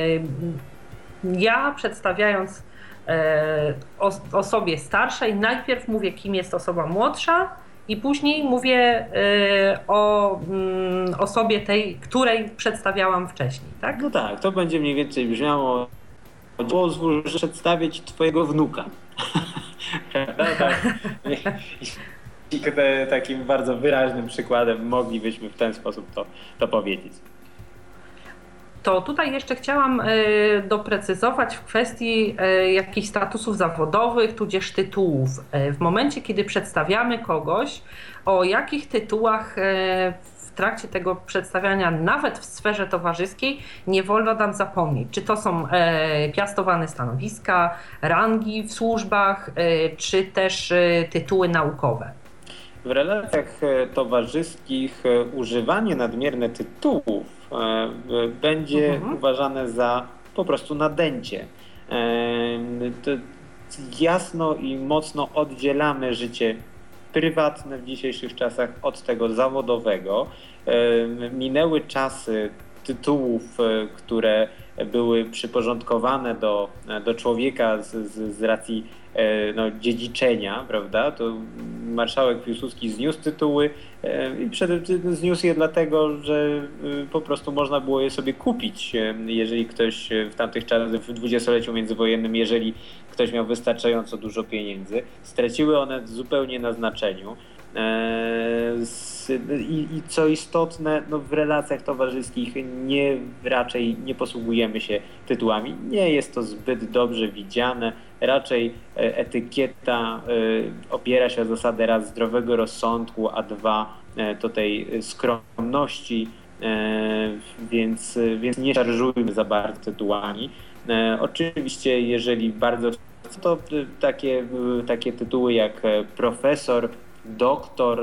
ja przedstawiając osobie starszej najpierw mówię, kim jest osoba młodsza i później mówię o osobie tej, której przedstawiałam wcześniej, tak? No tak, to będzie mniej więcej brzmiało: pozwól przedstawić twojego wnuka. Tak. I takim bardzo wyraźnym przykładem moglibyśmy w ten sposób to powiedzieć. To tutaj jeszcze chciałam doprecyzować w kwestii jakichś statusów zawodowych, tudzież tytułów. W momencie, kiedy przedstawiamy kogoś, o jakich tytułach w trakcie tego przedstawiania, nawet w sferze towarzyskiej, nie wolno nam zapomnieć. Czy to są piastowane stanowiska, rangi w służbach, czy też tytuły naukowe. W relacjach towarzyskich używanie nadmierne tytułów będzie uważane za po prostu nadęcie. To jasno i mocno oddzielamy życie prywatne w dzisiejszych czasach od tego zawodowego. Minęły czasy tytułów, które były przyporządkowane do człowieka z racji dziedziczenia, prawda? To marszałek Piłsudski zniósł tytuły i zniósł je dlatego, że po prostu można było je sobie kupić, jeżeli ktoś w tamtych czasach, w dwudziestoleciu międzywojennym, jeżeli ktoś miał wystarczająco dużo pieniędzy. Straciły one zupełnie na znaczeniu. I co istotne, w relacjach towarzyskich raczej nie posługujemy się tytułami. Nie jest to zbyt dobrze widziane. Raczej etykieta opiera się o zasadę raz zdrowego rozsądku, a dwa to tej skromności, więc nie szarżujmy za bardzo tytułami. Oczywiście, jeżeli bardzo to takie tytuły jak profesor, doktor,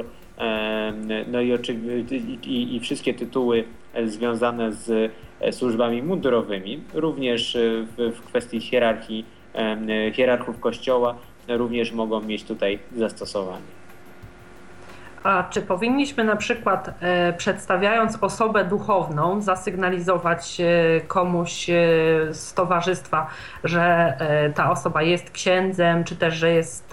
i wszystkie tytuły związane z służbami mundurowymi, również w kwestii hierarchów Kościoła również mogą mieć tutaj zastosowanie. A czy powinniśmy na przykład przedstawiając osobę duchowną zasygnalizować komuś z towarzystwa, że ta osoba jest księdzem, czy też, że jest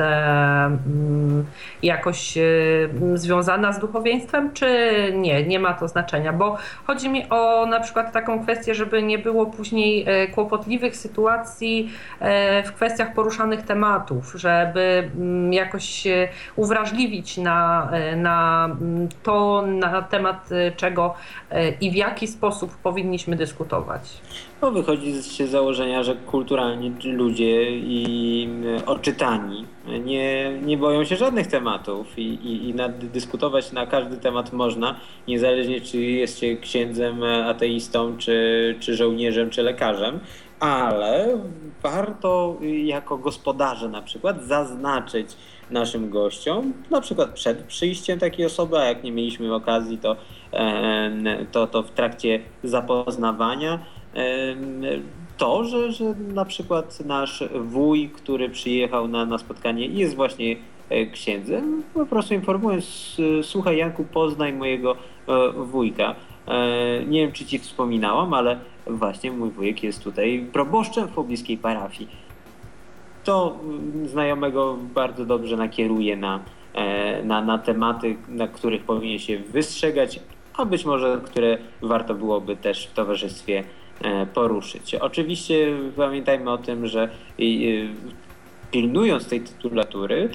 jakoś związana z duchowieństwem, czy nie ma to znaczenia? Bo chodzi mi o na przykład taką kwestię, żeby nie było później kłopotliwych sytuacji w kwestiach poruszanych tematów, żeby jakoś uwrażliwić na to, na temat czego i w jaki sposób powinniśmy dyskutować. No, wychodzi się z założenia, że kulturalni ludzie i odczytani nie boją się żadnych tematów i dyskutować na każdy temat można, niezależnie czy jest się księdzem, ateistą, czy żołnierzem, czy lekarzem, ale warto jako gospodarze na przykład zaznaczyć naszym gościom, na przykład przed przyjściem takiej osoby, a jak nie mieliśmy okazji, to w trakcie zapoznawania, to, że na przykład nasz wuj, który przyjechał na spotkanie i jest właśnie księdzem, po prostu informując: słuchaj Janku, poznaj mojego wujka. Nie wiem, czy ci wspominałam, ale właśnie mój wujek jest tutaj proboszczem w pobliskiej parafii. To znajomego bardzo dobrze nakieruje na tematy, na których powinien się wystrzegać, a być może które warto byłoby też w towarzystwie poruszyć. Oczywiście pamiętajmy o tym, że pilnując tej tytulatury,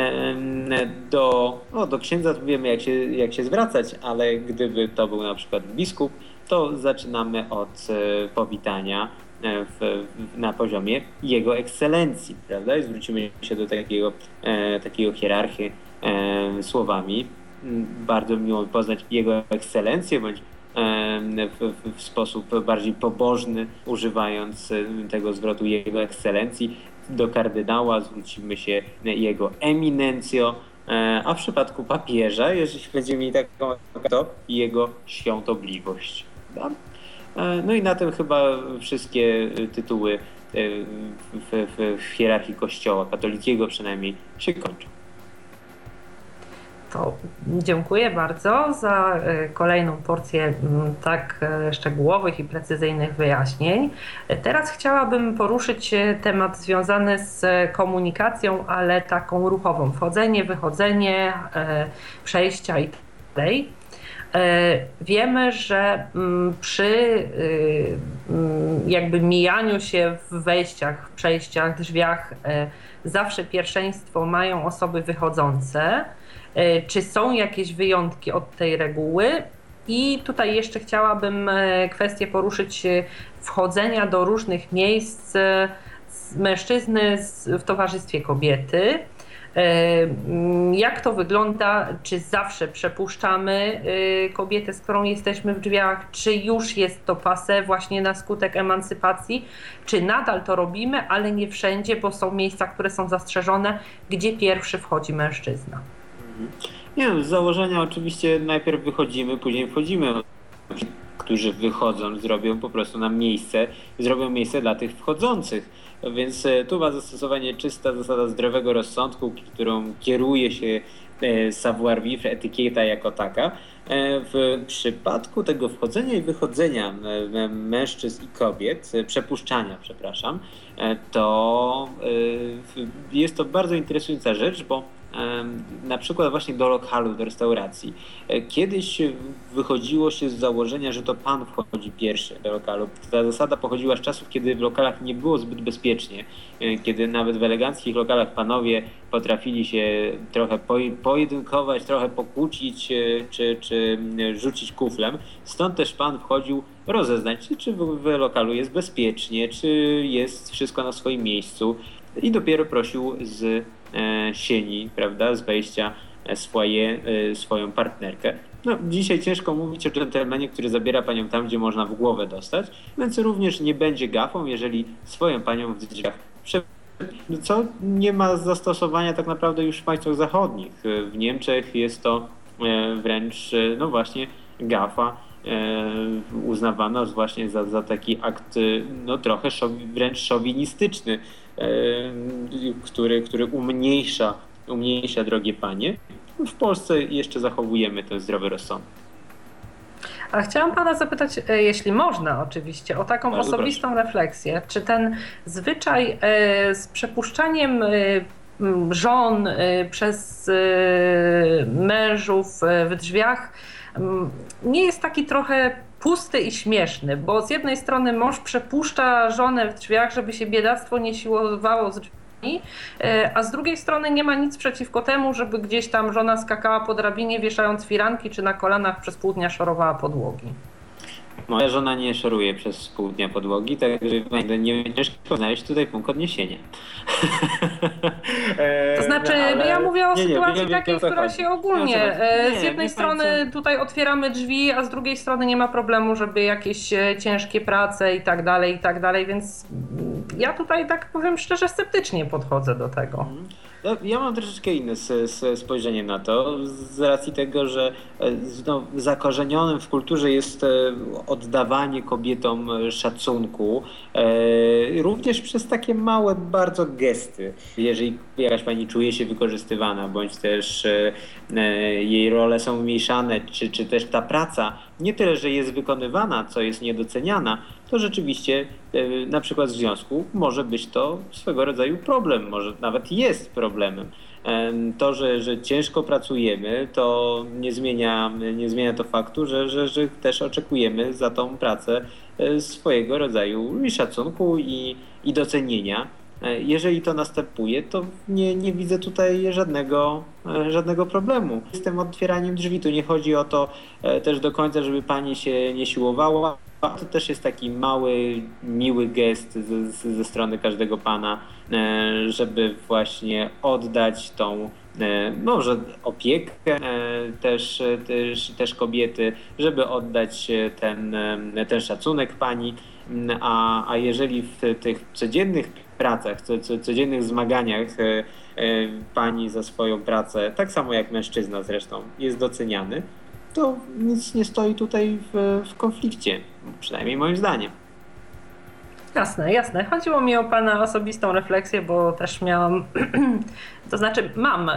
do księdza wiemy jak się zwracać, ale gdyby to był na przykład biskup, to zaczynamy od powitania na poziomie Jego Ekscelencji, prawda? I zwrócimy się do takiego hierarchy słowami: bardzo miło mi poznać Jego Ekscelencję, bądź w sposób bardziej pobożny, używając tego zwrotu Jego Ekscelencji. Do kardynała zwrócimy się Jego Eminencjo, a w przypadku papieża, jeżeli będziemy mieli taką, to Jego Świątobliwość. Prawda? No i na tym chyba wszystkie tytuły w hierarchii Kościoła katolickiego przynajmniej się kończą. To dziękuję bardzo za kolejną porcję tak szczegółowych i precyzyjnych wyjaśnień. Teraz chciałabym poruszyć temat związany z komunikacją, ale taką ruchową. Wchodzenie, wychodzenie, przejścia i tak dalej. Wiemy, że przy jakby mijaniu się w wejściach, przejściach, drzwiach zawsze pierwszeństwo mają osoby wychodzące. Czy są jakieś wyjątki od tej reguły? I tutaj jeszcze chciałabym kwestię poruszyć wchodzenia do różnych miejsc mężczyzny w towarzystwie kobiety. Jak to wygląda? Czy zawsze przepuszczamy kobietę, z którą jesteśmy w drzwiach? Czy już jest to passé właśnie na skutek emancypacji? Czy nadal to robimy, ale nie wszędzie, bo są miejsca, które są zastrzeżone, gdzie pierwszy wchodzi mężczyzna? Nie no, z założenia oczywiście najpierw wychodzimy, później wchodzimy. Którzy wychodzą, zrobią po prostu nam miejsce, zrobią miejsce dla tych wchodzących. Więc tu ma zastosowanie czysta zasada zdrowego rozsądku, którą kieruje się savoir-vivre, etykieta jako taka. W przypadku tego wchodzenia i wychodzenia mężczyzn i kobiet, to jest to bardzo interesująca rzecz, bo na przykład właśnie do lokalu, do restauracji. Kiedyś wychodziło się z założenia, że to pan wchodzi pierwszy do lokalu. Ta zasada pochodziła z czasów, kiedy w lokalach nie było zbyt bezpiecznie, kiedy nawet w eleganckich lokalach panowie potrafili się trochę pojedynkować, trochę pokłócić czy rzucić kuflem. Stąd też pan wchodził rozeznać się, czy w lokalu jest bezpiecznie, czy jest wszystko na swoim miejscu, i dopiero prosił z sieni, prawda, z wejścia swoją partnerkę. No, dzisiaj ciężko mówić o dżentelmenie, który zabiera panią tam, gdzie można w głowę dostać, więc również nie będzie gafą, jeżeli swoją panią w drzwiach co nie ma zastosowania tak naprawdę już w państwach zachodnich. W Niemczech jest to wręcz, no właśnie, gafa uznawana właśnie za taki akt, no trochę wręcz szowinistyczny, który umniejsza drogie panie. w Polsce jeszcze zachowujemy ten zdrowy rozsądek. A chciałam pana zapytać, jeśli można oczywiście, o taką Bardzo osobistą refleksję. Czy ten zwyczaj z przepuszczaniem żon przez mężów w drzwiach nie jest taki trochę pusty i śmieszny? Bo z jednej strony mąż przepuszcza żonę w drzwiach, żeby się biedactwo nie siłowało z drzwiami, a z drugiej strony nie ma nic przeciwko temu, żeby gdzieś tam żona skakała po drabinie, wieszając firanki, czy na kolanach przez pół dnia szorowała podłogi. Moja żona nie szoruje przez pół dnia podłogi, także nie będzie ciężko znaleźć tutaj punkt odniesienia. To znaczy, ja mówię o sytuacji takiej, która się ogólnie, z jednej strony tutaj otwieramy drzwi, a z drugiej strony nie ma problemu, żeby jakieś ciężkie prace i tak dalej, więc ja tutaj, tak powiem szczerze, sceptycznie podchodzę do tego. No, ja mam troszeczkę inne spojrzenie na to, z racji tego, że zakorzenionym w kulturze jest oddawanie kobietom szacunku, również przez takie małe bardzo gesty. Jeżeli jakaś pani czuje się wykorzystywana, bądź też jej role są umniejszane, czy też ta praca nie tyle, że jest wykonywana, co jest niedoceniana, to rzeczywiście na przykład w związku może być to swego rodzaju problem, może nawet jest problemem. To, że ciężko pracujemy, to nie zmienia to faktu, że też oczekujemy za tą pracę swojego rodzaju szacunku i docenienia. Jeżeli to następuje, to nie widzę tutaj żadnego problemu. Z tym otwieraniem drzwi tu nie chodzi o to też do końca, żeby pani się nie siłowała. To też jest taki mały, miły gest ze strony każdego pana, żeby właśnie oddać tą może opiekę też kobiety, żeby oddać ten szacunek pani. A jeżeli w tych codziennych pracach, codziennych zmaganiach pani za swoją pracę, tak samo jak mężczyzna zresztą, jest doceniany, to nic nie stoi tutaj w konflikcie, przynajmniej moim zdaniem. Jasne. Chodziło mi o pana osobistą refleksję, bo też miałam, to znaczy mam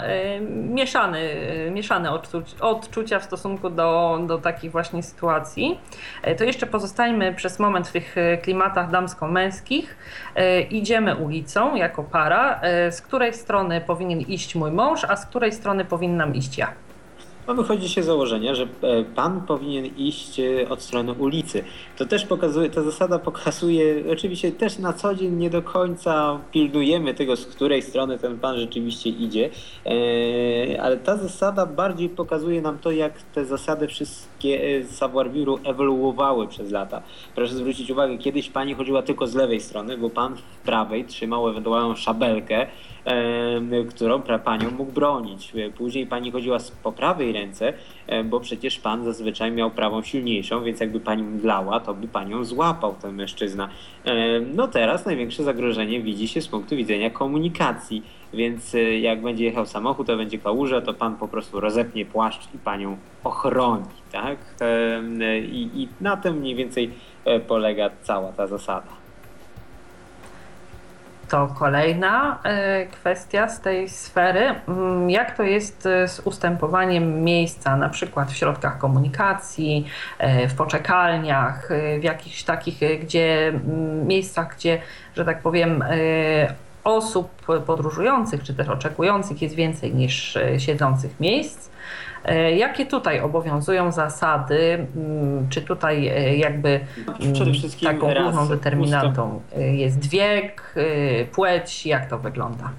mieszane odczucia w stosunku do takich właśnie sytuacji. To jeszcze pozostańmy przez moment w tych klimatach damsko-męskich. Idziemy ulicą jako para. Z której strony powinien iść mój mąż, a z której strony powinnam iść ja? No wychodzi się z założenia, że pan powinien iść od strony ulicy. To też ta zasada pokazuje, oczywiście też na co dzień nie do końca pilnujemy tego, z której strony ten pan rzeczywiście idzie, ale ta zasada bardziej pokazuje nam to, jak te zasady wszystkie savoir-vivre ewoluowały przez lata. Proszę zwrócić uwagę, kiedyś pani chodziła tylko z lewej strony, bo pan w prawej trzymał ewentualną szabelkę, którą panią mógł bronić. Później pani chodziła po prawej ręce, bo przecież pan zazwyczaj miał prawą silniejszą, więc jakby pani mdlała, to by panią złapał ten mężczyzna. No teraz największe zagrożenie widzi się z punktu widzenia komunikacji, więc jak będzie jechał samochód, to będzie kałuża, to pan po prostu rozepnie płaszcz i panią ochroni, tak? I na tym mniej więcej polega cała ta zasada. To kolejna kwestia z tej sfery. Jak to jest z ustępowaniem miejsca, na przykład w środkach komunikacji, w poczekalniach, w jakichś takich miejscach, gdzie, że tak powiem, osób podróżujących czy też oczekujących jest więcej niż siedzących miejsc? Jakie tutaj obowiązują zasady? Czy tutaj jakby taką główną determinantą jest wiek, płeć? Jak to wygląda?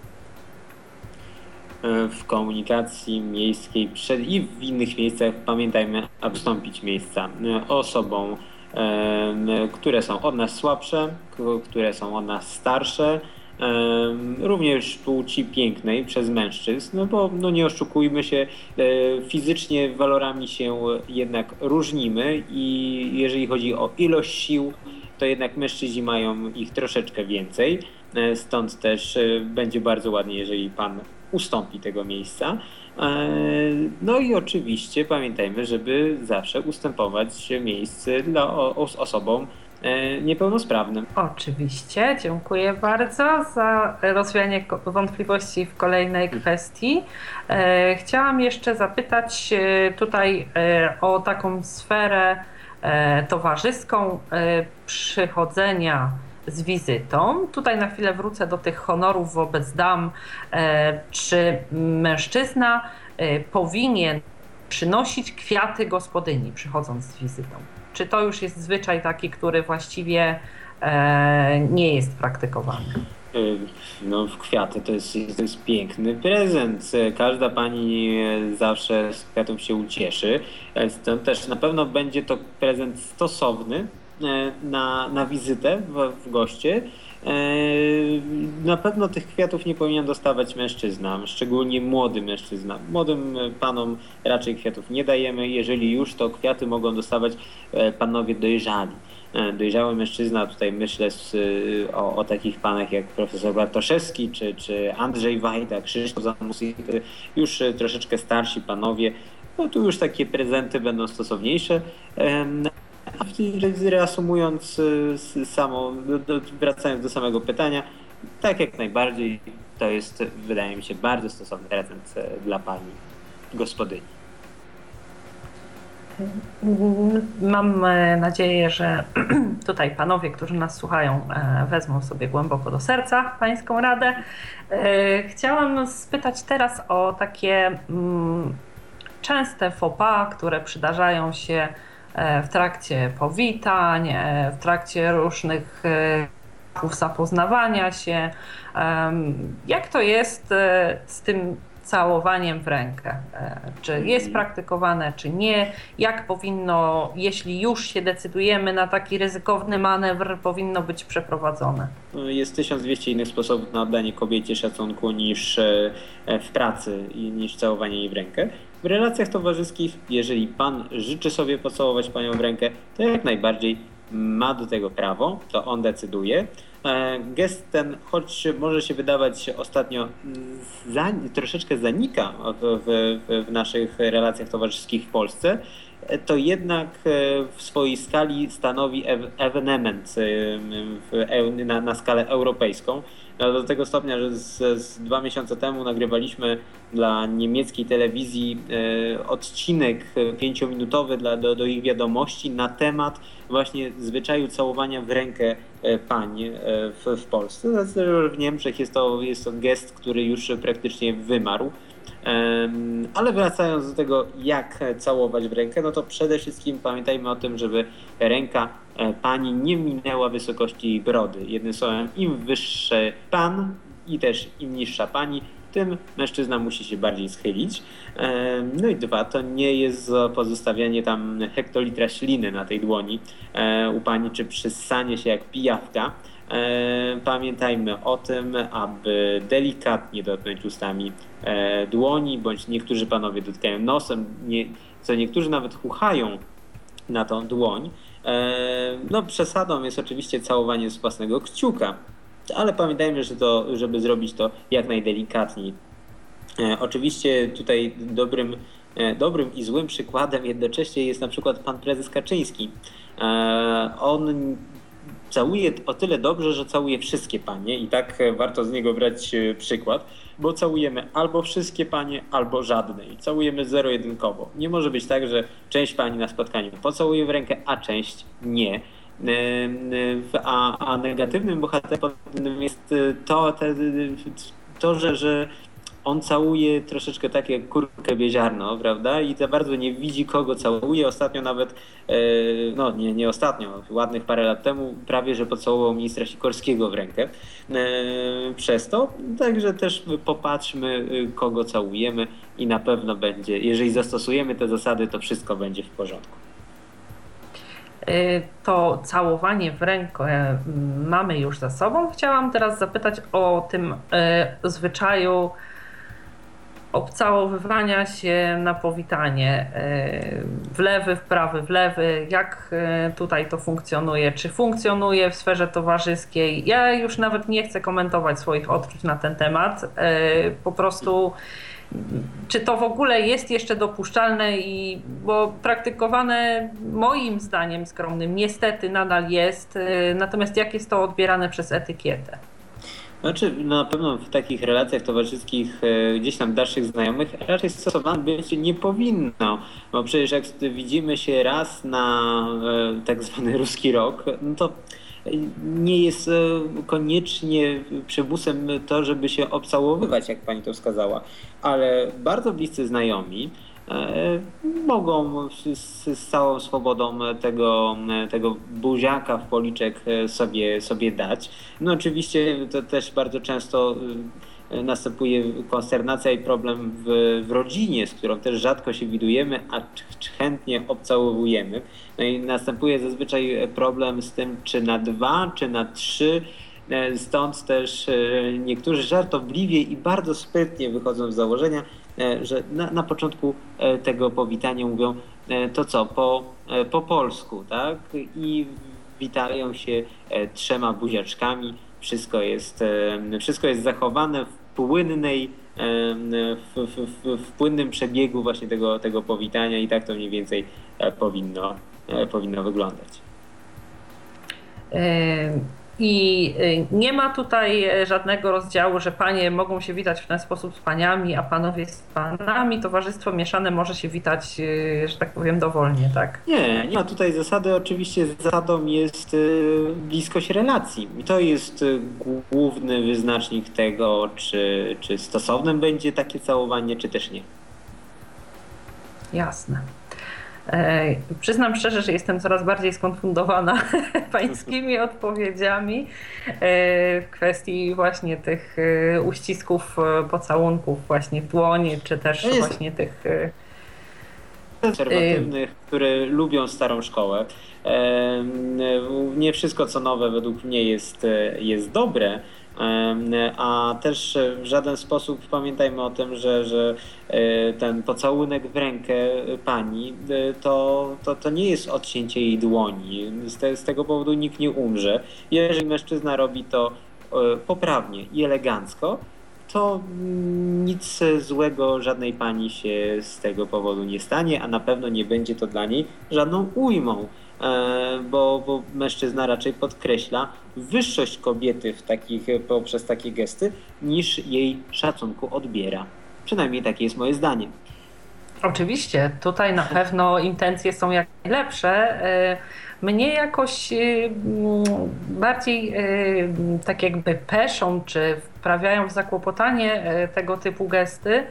W komunikacji miejskiej i w innych miejscach pamiętajmy, aby ustąpić miejsca osobom, które są od nas słabsze, które są od nas starsze, również płci pięknej przez mężczyzn, no bo nie oszukujmy się, fizycznie walorami się jednak różnimy i jeżeli chodzi o ilość sił, to jednak mężczyźni mają ich troszeczkę więcej, stąd też będzie bardzo ładnie, jeżeli pan ustąpi tego miejsca. No i oczywiście pamiętajmy, żeby zawsze ustępować miejsce osobom niepełnosprawnym. Oczywiście, dziękuję bardzo za rozwianie wątpliwości w kolejnej kwestii. Chciałam jeszcze zapytać tutaj o taką sferę towarzyską przychodzenia z wizytą. Tutaj na chwilę wrócę do tych honorów wobec dam. Czy mężczyzna powinien przynosić kwiaty gospodyni, przychodząc z wizytą? Czy to już jest zwyczaj taki, który właściwie nie jest praktykowany? No, kwiaty to jest piękny prezent. Każda pani zawsze z kwiatów się ucieszy. Stąd też na pewno będzie to prezent stosowny na wizytę w goście. Na pewno tych kwiatów nie powinien dostawać mężczyzna, szczególnie młody mężczyzna. Młodym panom raczej kwiatów nie dajemy. Jeżeli już, to kwiaty mogą dostawać panowie dojrzali. Dojrzały mężczyzna, tutaj myślę o takich panach jak profesor Bartoszewski czy Andrzej Wajda, Krzysztof Zanuski, już troszeczkę starsi panowie, no tu już takie prezenty będą stosowniejsze. A reasumując wracając do samego pytania, tak jak najbardziej to jest, wydaje mi się, bardzo stosowny prezent dla pani gospodyni. Mam nadzieję, że tutaj panowie, którzy nas słuchają, wezmą sobie głęboko do serca pańską radę. Chciałam spytać teraz o takie częste faux pas, które przydarzają się w trakcie powitań, w trakcie różnych zapoznawania się. Jak to jest z tym całowaniem w rękę? Czy jest praktykowane, czy nie? Jak powinno, jeśli już się decydujemy na taki ryzykowny manewr, powinno być przeprowadzone? Jest 1200 innych sposobów na oddanie kobiecie szacunku niż w pracy i niż całowanie jej w rękę. W relacjach towarzyskich, jeżeli pan życzy sobie pocałować panią w rękę, to jak najbardziej ma do tego prawo, to on decyduje. Gest ten, choć może się wydawać ostatnio troszeczkę zanika w naszych relacjach towarzyskich w Polsce, to jednak w swojej skali stanowi ewenement na skalę europejsą. Do tego stopnia, że z 2 miesiące temu nagrywaliśmy dla niemieckiej telewizji odcinek 5-minutowy do ich wiadomości na temat właśnie zwyczaju całowania w rękę pań w Polsce. W Niemczech jest to gest, który już praktycznie wymarł. Ale wracając do tego, jak całować w rękę, no to przede wszystkim pamiętajmy o tym, żeby ręka pani nie minęła wysokości jej brody. Jednym słowem, im wyższy pan i też im niższa pani, tym mężczyzna musi się bardziej schylić. No i 2, to nie jest pozostawianie tam hektolitra śliny na tej dłoni u pani, czy przyssanie się jak pijawka. Pamiętajmy o tym, aby delikatnie dotknąć ustami dłoni, bądź niektórzy panowie dotykają nosem, co niektórzy nawet chuchają na tą dłoń. No, przesadą jest oczywiście całowanie z własnego kciuka, ale pamiętajmy, że żeby zrobić to jak najdelikatniej. Oczywiście tutaj dobrym i złym przykładem jednocześnie jest na przykład pan prezes Kaczyński. On całuje o tyle dobrze, że całuje wszystkie panie i tak warto z niego brać przykład, bo całujemy albo wszystkie panie, albo żadnej. Całujemy zero-jedynkowo. Nie może być tak, że część pani na spotkaniu pocałuje w rękę, a część nie. A negatywnym bohaterem jest to, że on całuje troszeczkę tak jak kurkę bieziarno, prawda? I za bardzo nie widzi, kogo całuje. Ostatnio nawet, nie ostatnio, ładnych parę lat temu prawie, że pocałował ministra Sikorskiego w rękę przez to. Także też popatrzmy, kogo całujemy i na pewno będzie, jeżeli zastosujemy te zasady, to wszystko będzie w porządku. To całowanie w rękę mamy już za sobą. Chciałam teraz zapytać o tym zwyczaju obcałowywania się na powitanie, w lewy, w prawy, w lewy. Jak tutaj to funkcjonuje? Czy funkcjonuje w sferze towarzyskiej? Ja już nawet nie chcę komentować swoich odczuć na ten temat. Po prostu czy to w ogóle jest jeszcze dopuszczalne, bo praktykowane moim zdaniem skromnym niestety nadal jest, natomiast jak jest to odbierane przez etykietę? Znaczy, na pewno w takich relacjach towarzyskich gdzieś tam dalszych znajomych raczej stosowane być nie powinno, bo przecież jak widzimy się raz na tak zwany ruski rok, no to nie jest koniecznie przybusem to, żeby się obcałowywać, jak pani to wskazała, ale bardzo bliscy znajomi mogą z całą swobodą tego buziaka w policzek sobie dać. No oczywiście to też bardzo często następuje konsternacja i problem w rodzinie, z którą też rzadko się widujemy, a chętnie obcałowujemy. No i następuje zazwyczaj problem z tym, czy na 2, czy na 3. Stąd też niektórzy żartobliwie i bardzo sprytnie wychodzą z założenia, że na początku tego powitania mówią to co, po polsku, tak? I witają się 3 buziaczkami. Wszystko jest zachowane w płynnym przebiegu właśnie tego powitania i tak to mniej więcej powinno wyglądać. I nie ma tutaj żadnego rozdziału, że panie mogą się witać w ten sposób z paniami, a panowie z panami. Towarzystwo mieszane może się witać, że tak powiem, dowolnie, tak? Nie ma tutaj zasady. Oczywiście zasadą jest bliskość relacji. I to jest główny wyznacznik tego, czy stosownym będzie takie całowanie, czy też nie. Jasne. Przyznam szczerze, że jestem coraz bardziej skonfundowana pańskimi odpowiedziami w kwestii właśnie tych uścisków, pocałunków właśnie w dłonie, czy też właśnie tych konserwatywnych, które lubią starą szkołę. Nie wszystko co nowe według mnie jest dobre, a też w żaden sposób pamiętajmy o tym, że ten pocałunek w rękę pani to nie jest odcięcie jej dłoni. Z tego powodu nikt nie umrze. Jeżeli mężczyzna robi to poprawnie i elegancko, to nic złego żadnej pani się z tego powodu nie stanie, a na pewno nie będzie to dla niej żadną ujmą. Bo mężczyzna raczej podkreśla wyższość kobiety poprzez takie gesty, niż jej szacunku odbiera. Przynajmniej takie jest moje zdanie. Oczywiście, tutaj na pewno intencje są jak najlepsze. Mnie jakoś bardziej tak jakby peszą, czy wprawiają w zakłopotanie tego typu gesty.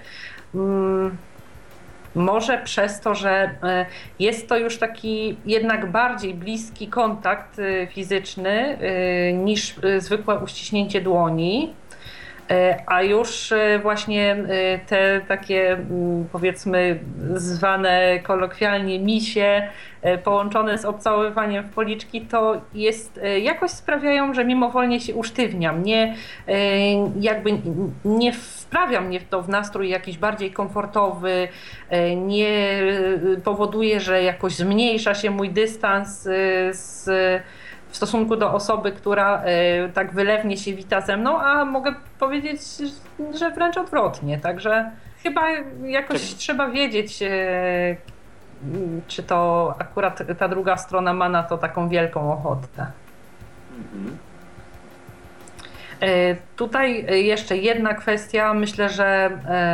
Może przez to, że jest to już taki jednak bardziej bliski kontakt fizyczny niż zwykłe uściśnięcie dłoni, a już właśnie te takie powiedzmy zwane kolokwialnie misie połączone z obcaływaniem w policzki, to jest jakoś sprawiają, że mimowolnie się usztywniam, nie wprawia mnie to w nastrój jakiś bardziej komfortowy, nie powoduje, że jakoś zmniejsza się mój dystans w stosunku do osoby, która tak wylewnie się wita ze mną, a mogę powiedzieć, że wręcz odwrotnie. Także chyba jakoś trzeba wiedzieć, czy to akurat ta druga strona ma na to taką wielką ochotę. Tutaj jeszcze jedna kwestia. Myślę, że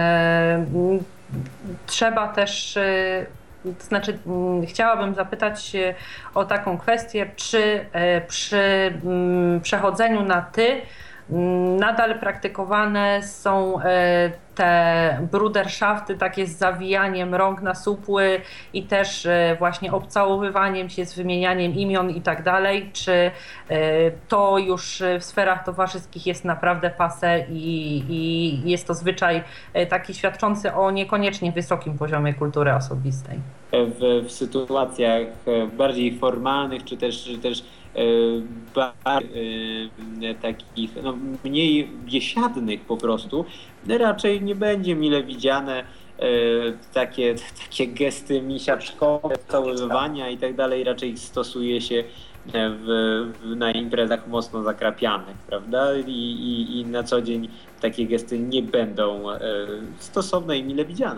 trzeba też, to znaczy chciałabym zapytać o taką kwestię, czy przy przechodzeniu na ty nadal praktykowane są te bruderschafty takie z zawijaniem rąk na supły i też właśnie obcałowywaniem się, z wymienianiem imion i tak dalej, czy to już w sferach towarzyskich jest naprawdę passé i jest to zwyczaj taki świadczący o niekoniecznie wysokim poziomie kultury osobistej? W sytuacjach bardziej formalnych, czy też takich mniej biesiadnych po prostu, raczej nie będzie mile widziane takie gesty misiaczkowe, całowywania i tak dalej. Raczej stosuje się na imprezach mocno zakrapianych, prawda? I na co dzień takie gesty nie będą stosowne i mile widziane.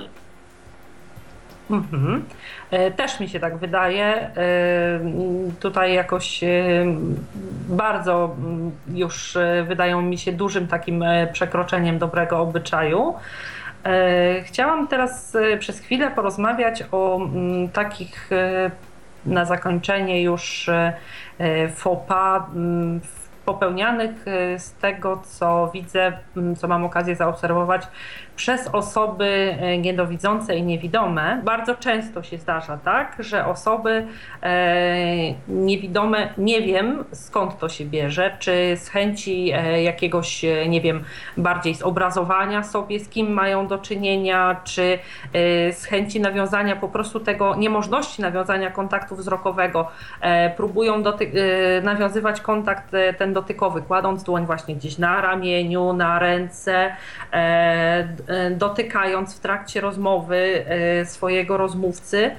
Mhm. Też mi się tak wydaje. Tutaj jakoś bardzo już wydają mi się dużym takim przekroczeniem dobrego obyczaju. Chciałam teraz przez chwilę porozmawiać o takich na zakończenie już faux pas popełnianych z tego, co widzę, co mam okazję zaobserwować przez osoby niedowidzące i niewidome. Bardzo często się zdarza tak, że osoby niewidome, nie wiem skąd to się bierze, czy z chęci jakiegoś, nie wiem, bardziej zobrazowania sobie, z kim mają do czynienia, czy z chęci nawiązania po prostu tego, niemożności nawiązania kontaktu wzrokowego, próbują nawiązywać kontakt ten dotykowy, kładąc dłoń właśnie gdzieś na ramieniu, na ręce, dotykając w trakcie rozmowy swojego rozmówcy.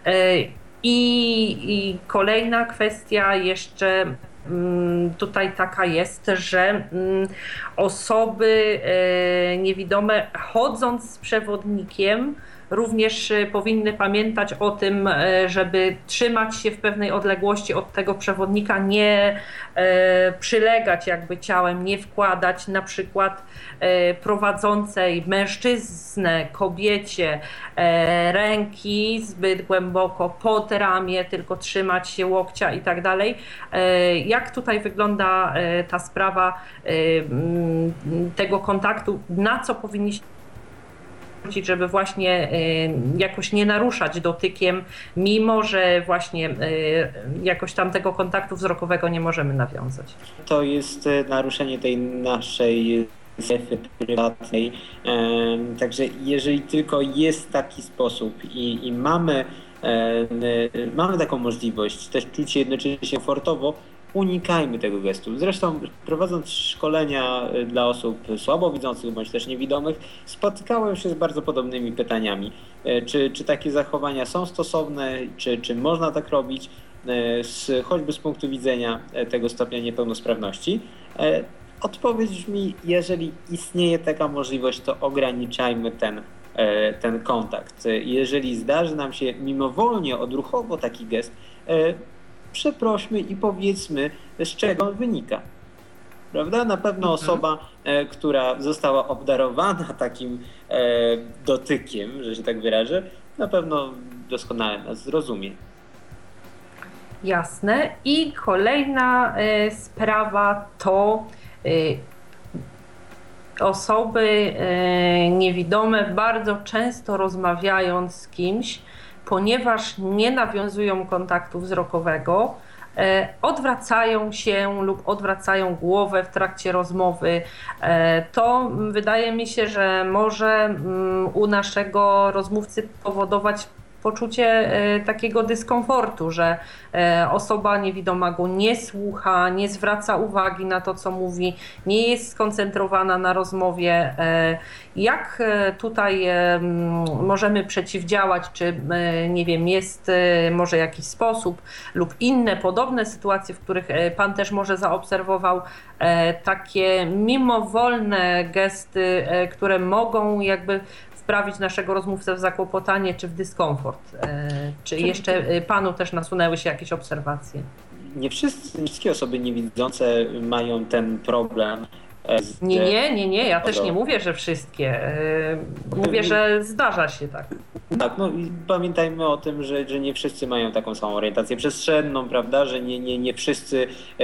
I kolejna kwestia jeszcze tutaj taka jest, że osoby niewidome, chodząc z przewodnikiem, również powinny pamiętać o tym, żeby trzymać się w pewnej odległości od tego przewodnika, nie przylegać jakby ciałem, nie wkładać na przykład prowadzącej mężczyznę, kobiecie ręki zbyt głęboko pod ramię, tylko trzymać się łokcia i tak dalej. Jak tutaj wygląda ta sprawa tego kontaktu, na co powinniśmy, żeby właśnie jakoś nie naruszać dotykiem, mimo że właśnie jakoś tam tego kontaktu wzrokowego nie możemy nawiązać. To jest naruszenie tej naszej strefy prywatnej. Także jeżeli tylko jest taki sposób i mamy taką możliwość, też czuć się jednocześnie komfortowo, unikajmy tego gestu. Zresztą prowadząc szkolenia dla osób słabowidzących bądź też niewidomych, spotykałem się z bardzo podobnymi pytaniami. Czy takie zachowania są stosowne, czy można tak robić, choćby z punktu widzenia tego stopnia niepełnosprawności. Odpowiedź brzmi, jeżeli istnieje taka możliwość, to ograniczajmy ten kontakt. Jeżeli zdarzy nam się mimowolnie, odruchowo taki gest, przeprośmy i powiedzmy, z czego on wynika. Prawda? Na pewno osoba, która została obdarowana takim dotykiem, że się tak wyrażę, na pewno doskonale nas zrozumie. Jasne. I kolejna sprawa to osoby niewidome bardzo często rozmawiając z kimś, ponieważ nie nawiązują kontaktu wzrokowego, odwracają się lub odwracają głowę w trakcie rozmowy. To wydaje mi się, że może u naszego rozmówcy powodować poczucie takiego dyskomfortu, że osoba niewidoma go nie słucha, nie zwraca uwagi na to, co mówi, nie jest skoncentrowana na rozmowie. Jak tutaj możemy przeciwdziałać, czy nie wiem, jest może jakiś sposób lub inne podobne sytuacje, w których Pan też może zaobserwował takie mimowolne gesty, które mogą jakby wprawić naszego rozmówcę w zakłopotanie czy w dyskomfort? Czy jeszcze Panu też nasunęły się jakieś obserwacje? Nie wszystkie osoby niewidzące mają ten problem. Nie, ja też nie mówię, że wszystkie. Mówię, że zdarza się tak. Tak, no i pamiętajmy o tym, że nie wszyscy mają taką samą orientację przestrzenną, prawda, że nie wszyscy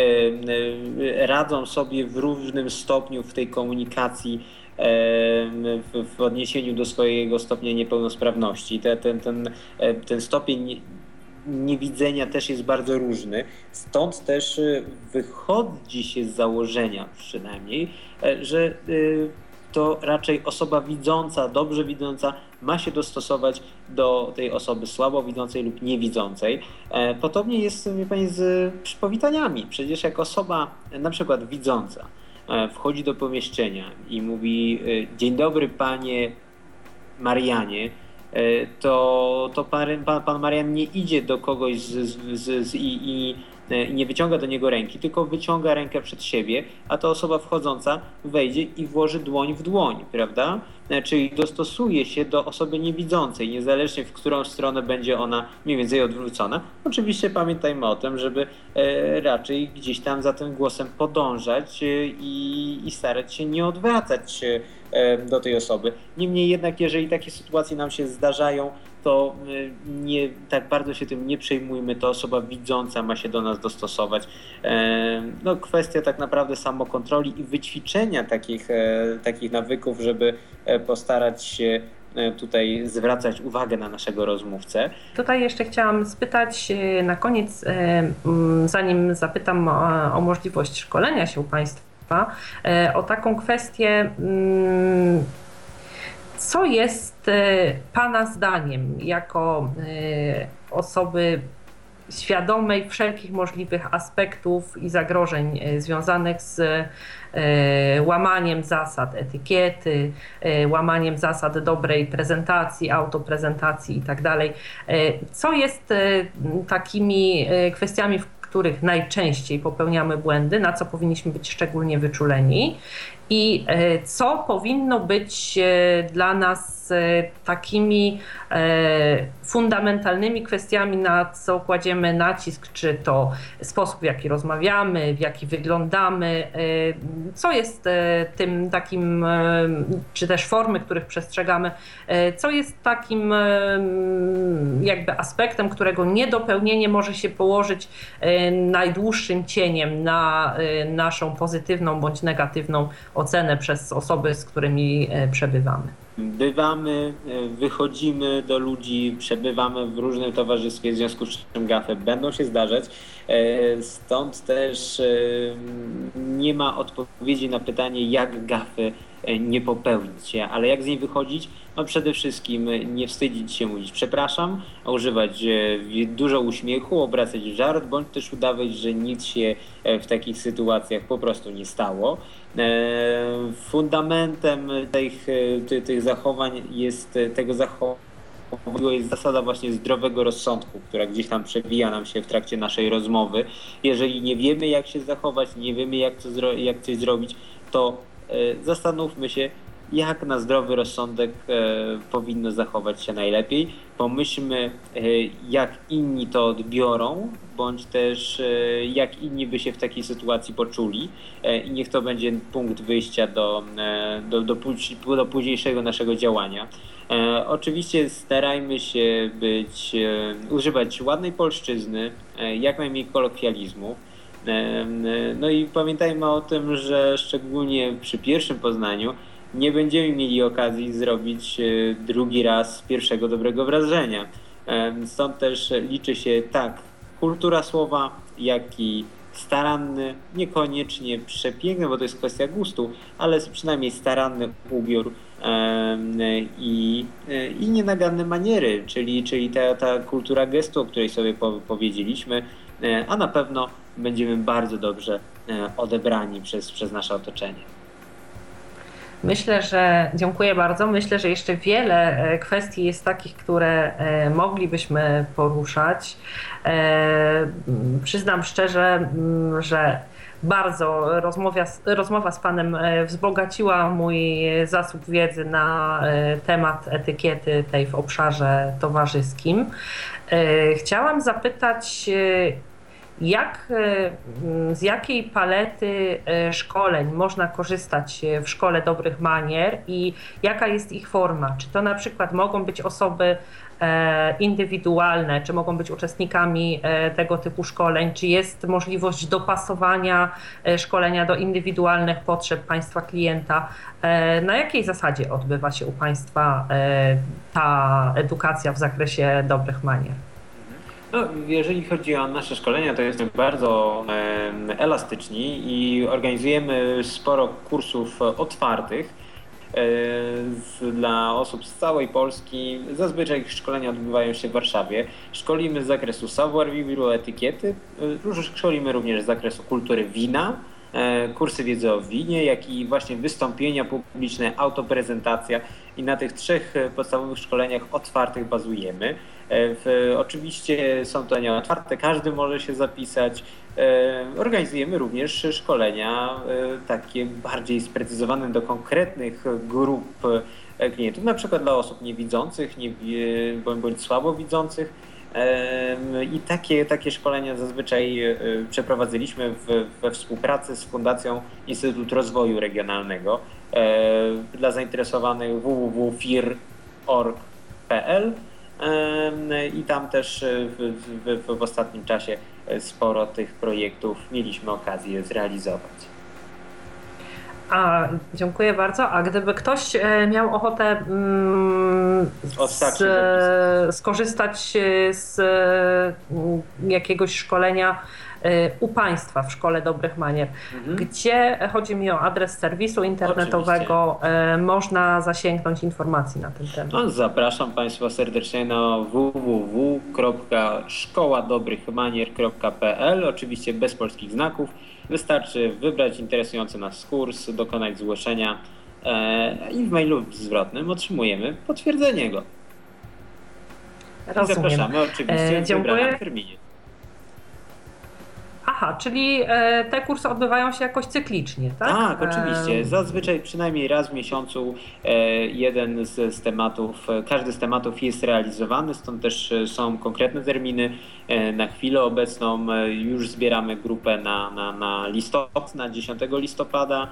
radzą sobie w różnym stopniu w tej komunikacji w odniesieniu do swojego stopnia niepełnosprawności. Ten stopień niewidzenia też jest bardzo różny, stąd też wychodzi się z założenia przynajmniej, że to raczej osoba widząca, dobrze widząca ma się dostosować do tej osoby słabowidzącej lub niewidzącej. Podobnie jest, wie Pani, z powitaniami. Przecież jak osoba na przykład widząca wchodzi do pomieszczenia i mówi: dzień dobry panie Marianie, to pan Marian nie idzie do kogoś i i nie wyciąga do niego ręki, tylko wyciąga rękę przed siebie, a ta osoba wchodząca wejdzie i włoży dłoń w dłoń, prawda? Czyli dostosuje się do osoby niewidzącej, niezależnie w którą stronę będzie ona mniej więcej odwrócona. Oczywiście pamiętajmy o tym, żeby raczej gdzieś tam za tym głosem podążać i starać się nie odwracać do tej osoby. Niemniej jednak, jeżeli takie sytuacje nam się zdarzają, to nie tak bardzo się tym nie przejmujmy, to osoba widząca ma się do nas dostosować. No, kwestia tak naprawdę samokontroli i wyćwiczenia takich nawyków, żeby postarać się tutaj zwracać uwagę na naszego rozmówcę. Tutaj jeszcze chciałam spytać na koniec, zanim zapytam o możliwość szkolenia się u Państwa, o taką kwestię, co jest Pana zdaniem jako osoby świadomej wszelkich możliwych aspektów i zagrożeń związanych z łamaniem zasad etykiety, łamaniem zasad dobrej prezentacji, autoprezentacji itd. Co jest takimi kwestiami, w których najczęściej popełniamy błędy, na co powinniśmy być szczególnie wyczuleni i co powinno być dla nas takimi fundamentalnymi kwestiami, na co kładziemy nacisk, czy to sposób, w jaki rozmawiamy, w jaki wyglądamy, co jest tym takim, czy też formy, których przestrzegamy, co jest takim jakby aspektem, którego niedopełnienie może się położyć najdłuższym cieniem na naszą pozytywną bądź negatywną ocenę przez osoby, z którymi przebywamy. Bywamy, wychodzimy do ludzi, przebywamy w różnym towarzystwie, w związku z czym gafy będą się zdarzać. Stąd też nie ma odpowiedzi na pytanie, jak gafy nie popełnić, ale jak z niej wychodzić? No przede wszystkim nie wstydzić się mówić przepraszam, używać dużo uśmiechu, obracać w żart, bądź też udawać, że nic się w takich sytuacjach po prostu nie stało. Fundamentem tych zachowań jest jest zasada właśnie zdrowego rozsądku, która gdzieś tam przewija nam się w trakcie naszej rozmowy. Jeżeli nie wiemy, jak się zachować, nie wiemy, jak coś zrobić, to zastanówmy się, jak na zdrowy rozsądek powinno zachować się najlepiej. Pomyślmy, jak inni to odbiorą, bądź też jak inni by się w takiej sytuacji poczuli i niech to będzie punkt wyjścia do późniejszego naszego działania. Oczywiście starajmy się używać ładnej polszczyzny, jak najmniej kolokwializmów. No i pamiętajmy o tym, że szczególnie przy pierwszym poznaniu nie będziemy mieli okazji zrobić drugi raz pierwszego dobrego wrażenia. Stąd też liczy się tak kultura słowa, jak i staranny, niekoniecznie przepiękny, bo to jest kwestia gustu, ale przynajmniej staranny ubiór i nienaganne maniery, czyli ta kultura gestu, o której sobie powiedzieliśmy, a na pewno będziemy bardzo dobrze odebrani przez nasze otoczenie. Myślę, że dziękuję bardzo. Myślę, że jeszcze wiele kwestii jest takich, które moglibyśmy poruszać. Przyznam szczerze, że bardzo rozmowa z Panem wzbogaciła mój zasób wiedzy na temat etykiety tej w obszarze towarzyskim. Chciałam zapytać, z jakiej palety szkoleń można korzystać w Szkole Dobrych Manier i jaka jest ich forma? Czy to na przykład mogą być osoby indywidualne, czy mogą być uczestnikami tego typu szkoleń? Czy jest możliwość dopasowania szkolenia do indywidualnych potrzeb Państwa klienta? Na jakiej zasadzie odbywa się u Państwa ta edukacja w zakresie dobrych manier? No, jeżeli chodzi o nasze szkolenia, to jesteśmy bardzo elastyczni i organizujemy sporo kursów otwartych dla osób z całej Polski. Zazwyczaj szkolenia odbywają się w Warszawie. Szkolimy z zakresu savoir vivre, etykiety, szkolimy również z zakresu kultury wina, kursy wiedzy o winie, jak i właśnie wystąpienia publiczne, autoprezentacja i na tych 3 podstawowych szkoleniach otwartych bazujemy. Oczywiście są to nieotwarte, każdy może się zapisać. Organizujemy również szkolenia takie bardziej sprecyzowane do konkretnych grup klientów, na przykład dla osób niewidzących bądź słabowidzących. I takie szkolenia zazwyczaj przeprowadziliśmy we współpracy z Fundacją Instytut Rozwoju Regionalnego dla zainteresowanych www.fir.org.pl i tam też w ostatnim czasie sporo tych projektów mieliśmy okazję zrealizować. Dziękuję bardzo. A gdyby ktoś miał ochotę skorzystać z jakiegoś szkolenia u Państwa w Szkole Dobrych Manier, gdzie, chodzi mi o adres serwisu internetowego, można zasięgnąć informacji na ten temat? Zapraszam Państwa serdecznie na www.szkoładobrychmanier.pl, oczywiście bez polskich znaków. Wystarczy wybrać interesujący nas kurs, dokonać zgłoszenia i w mailu zwrotnym otrzymujemy potwierdzenie go. Rozumiem. Zapraszamy oczywiście w wybranym terminie. Czyli te kursy odbywają się jakoś cyklicznie, tak? Tak, oczywiście. Zazwyczaj przynajmniej raz w miesiącu jeden z tematów, każdy z tematów jest realizowany, stąd też są konkretne terminy. Na chwilę obecną już zbieramy grupę na listopad, na 10 listopada,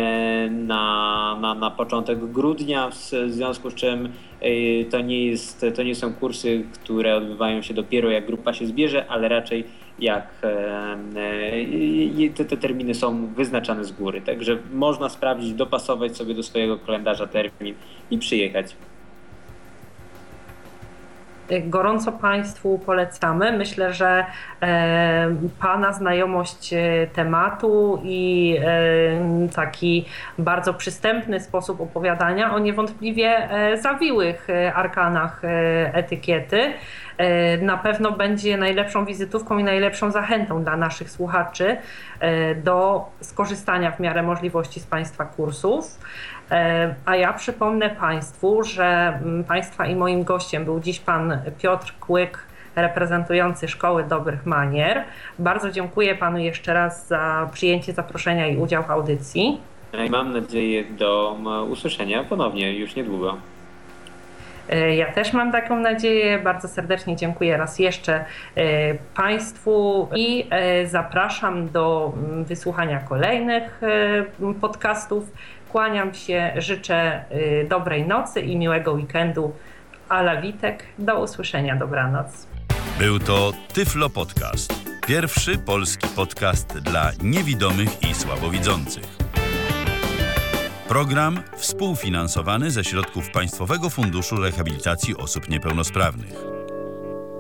na początek grudnia, w związku z czym to nie są kursy, które odbywają się dopiero jak grupa się zbierze, ale raczej jak te terminy są wyznaczane z góry. Także można sprawdzić, dopasować sobie do swojego kalendarza termin i przyjechać. Gorąco Państwu polecamy. Myślę, że Pana znajomość tematu i taki bardzo przystępny sposób opowiadania o niewątpliwie zawiłych arkanach etykiety na pewno będzie najlepszą wizytówką i najlepszą zachętą dla naszych słuchaczy do skorzystania w miarę możliwości z Państwa kursów. A ja przypomnę Państwu, że Państwa i moim gościem był dziś Pan Piotr Kłyk, reprezentujący Szkoły Dobrych Manier. Bardzo dziękuję Panu jeszcze raz za przyjęcie zaproszenia i udział w audycji. Mam nadzieję do usłyszenia ponownie już niedługo. Ja też mam taką nadzieję. Bardzo serdecznie dziękuję raz jeszcze Państwu i zapraszam do wysłuchania kolejnych podcastów. Kłaniam się, życzę dobrej nocy i miłego weekendu. Ala Witek, do usłyszenia, dobranoc. Był to Tyflo Podcast. Pierwszy polski podcast dla niewidomych i słabowidzących. Program współfinansowany ze środków Państwowego Funduszu Rehabilitacji Osób Niepełnosprawnych.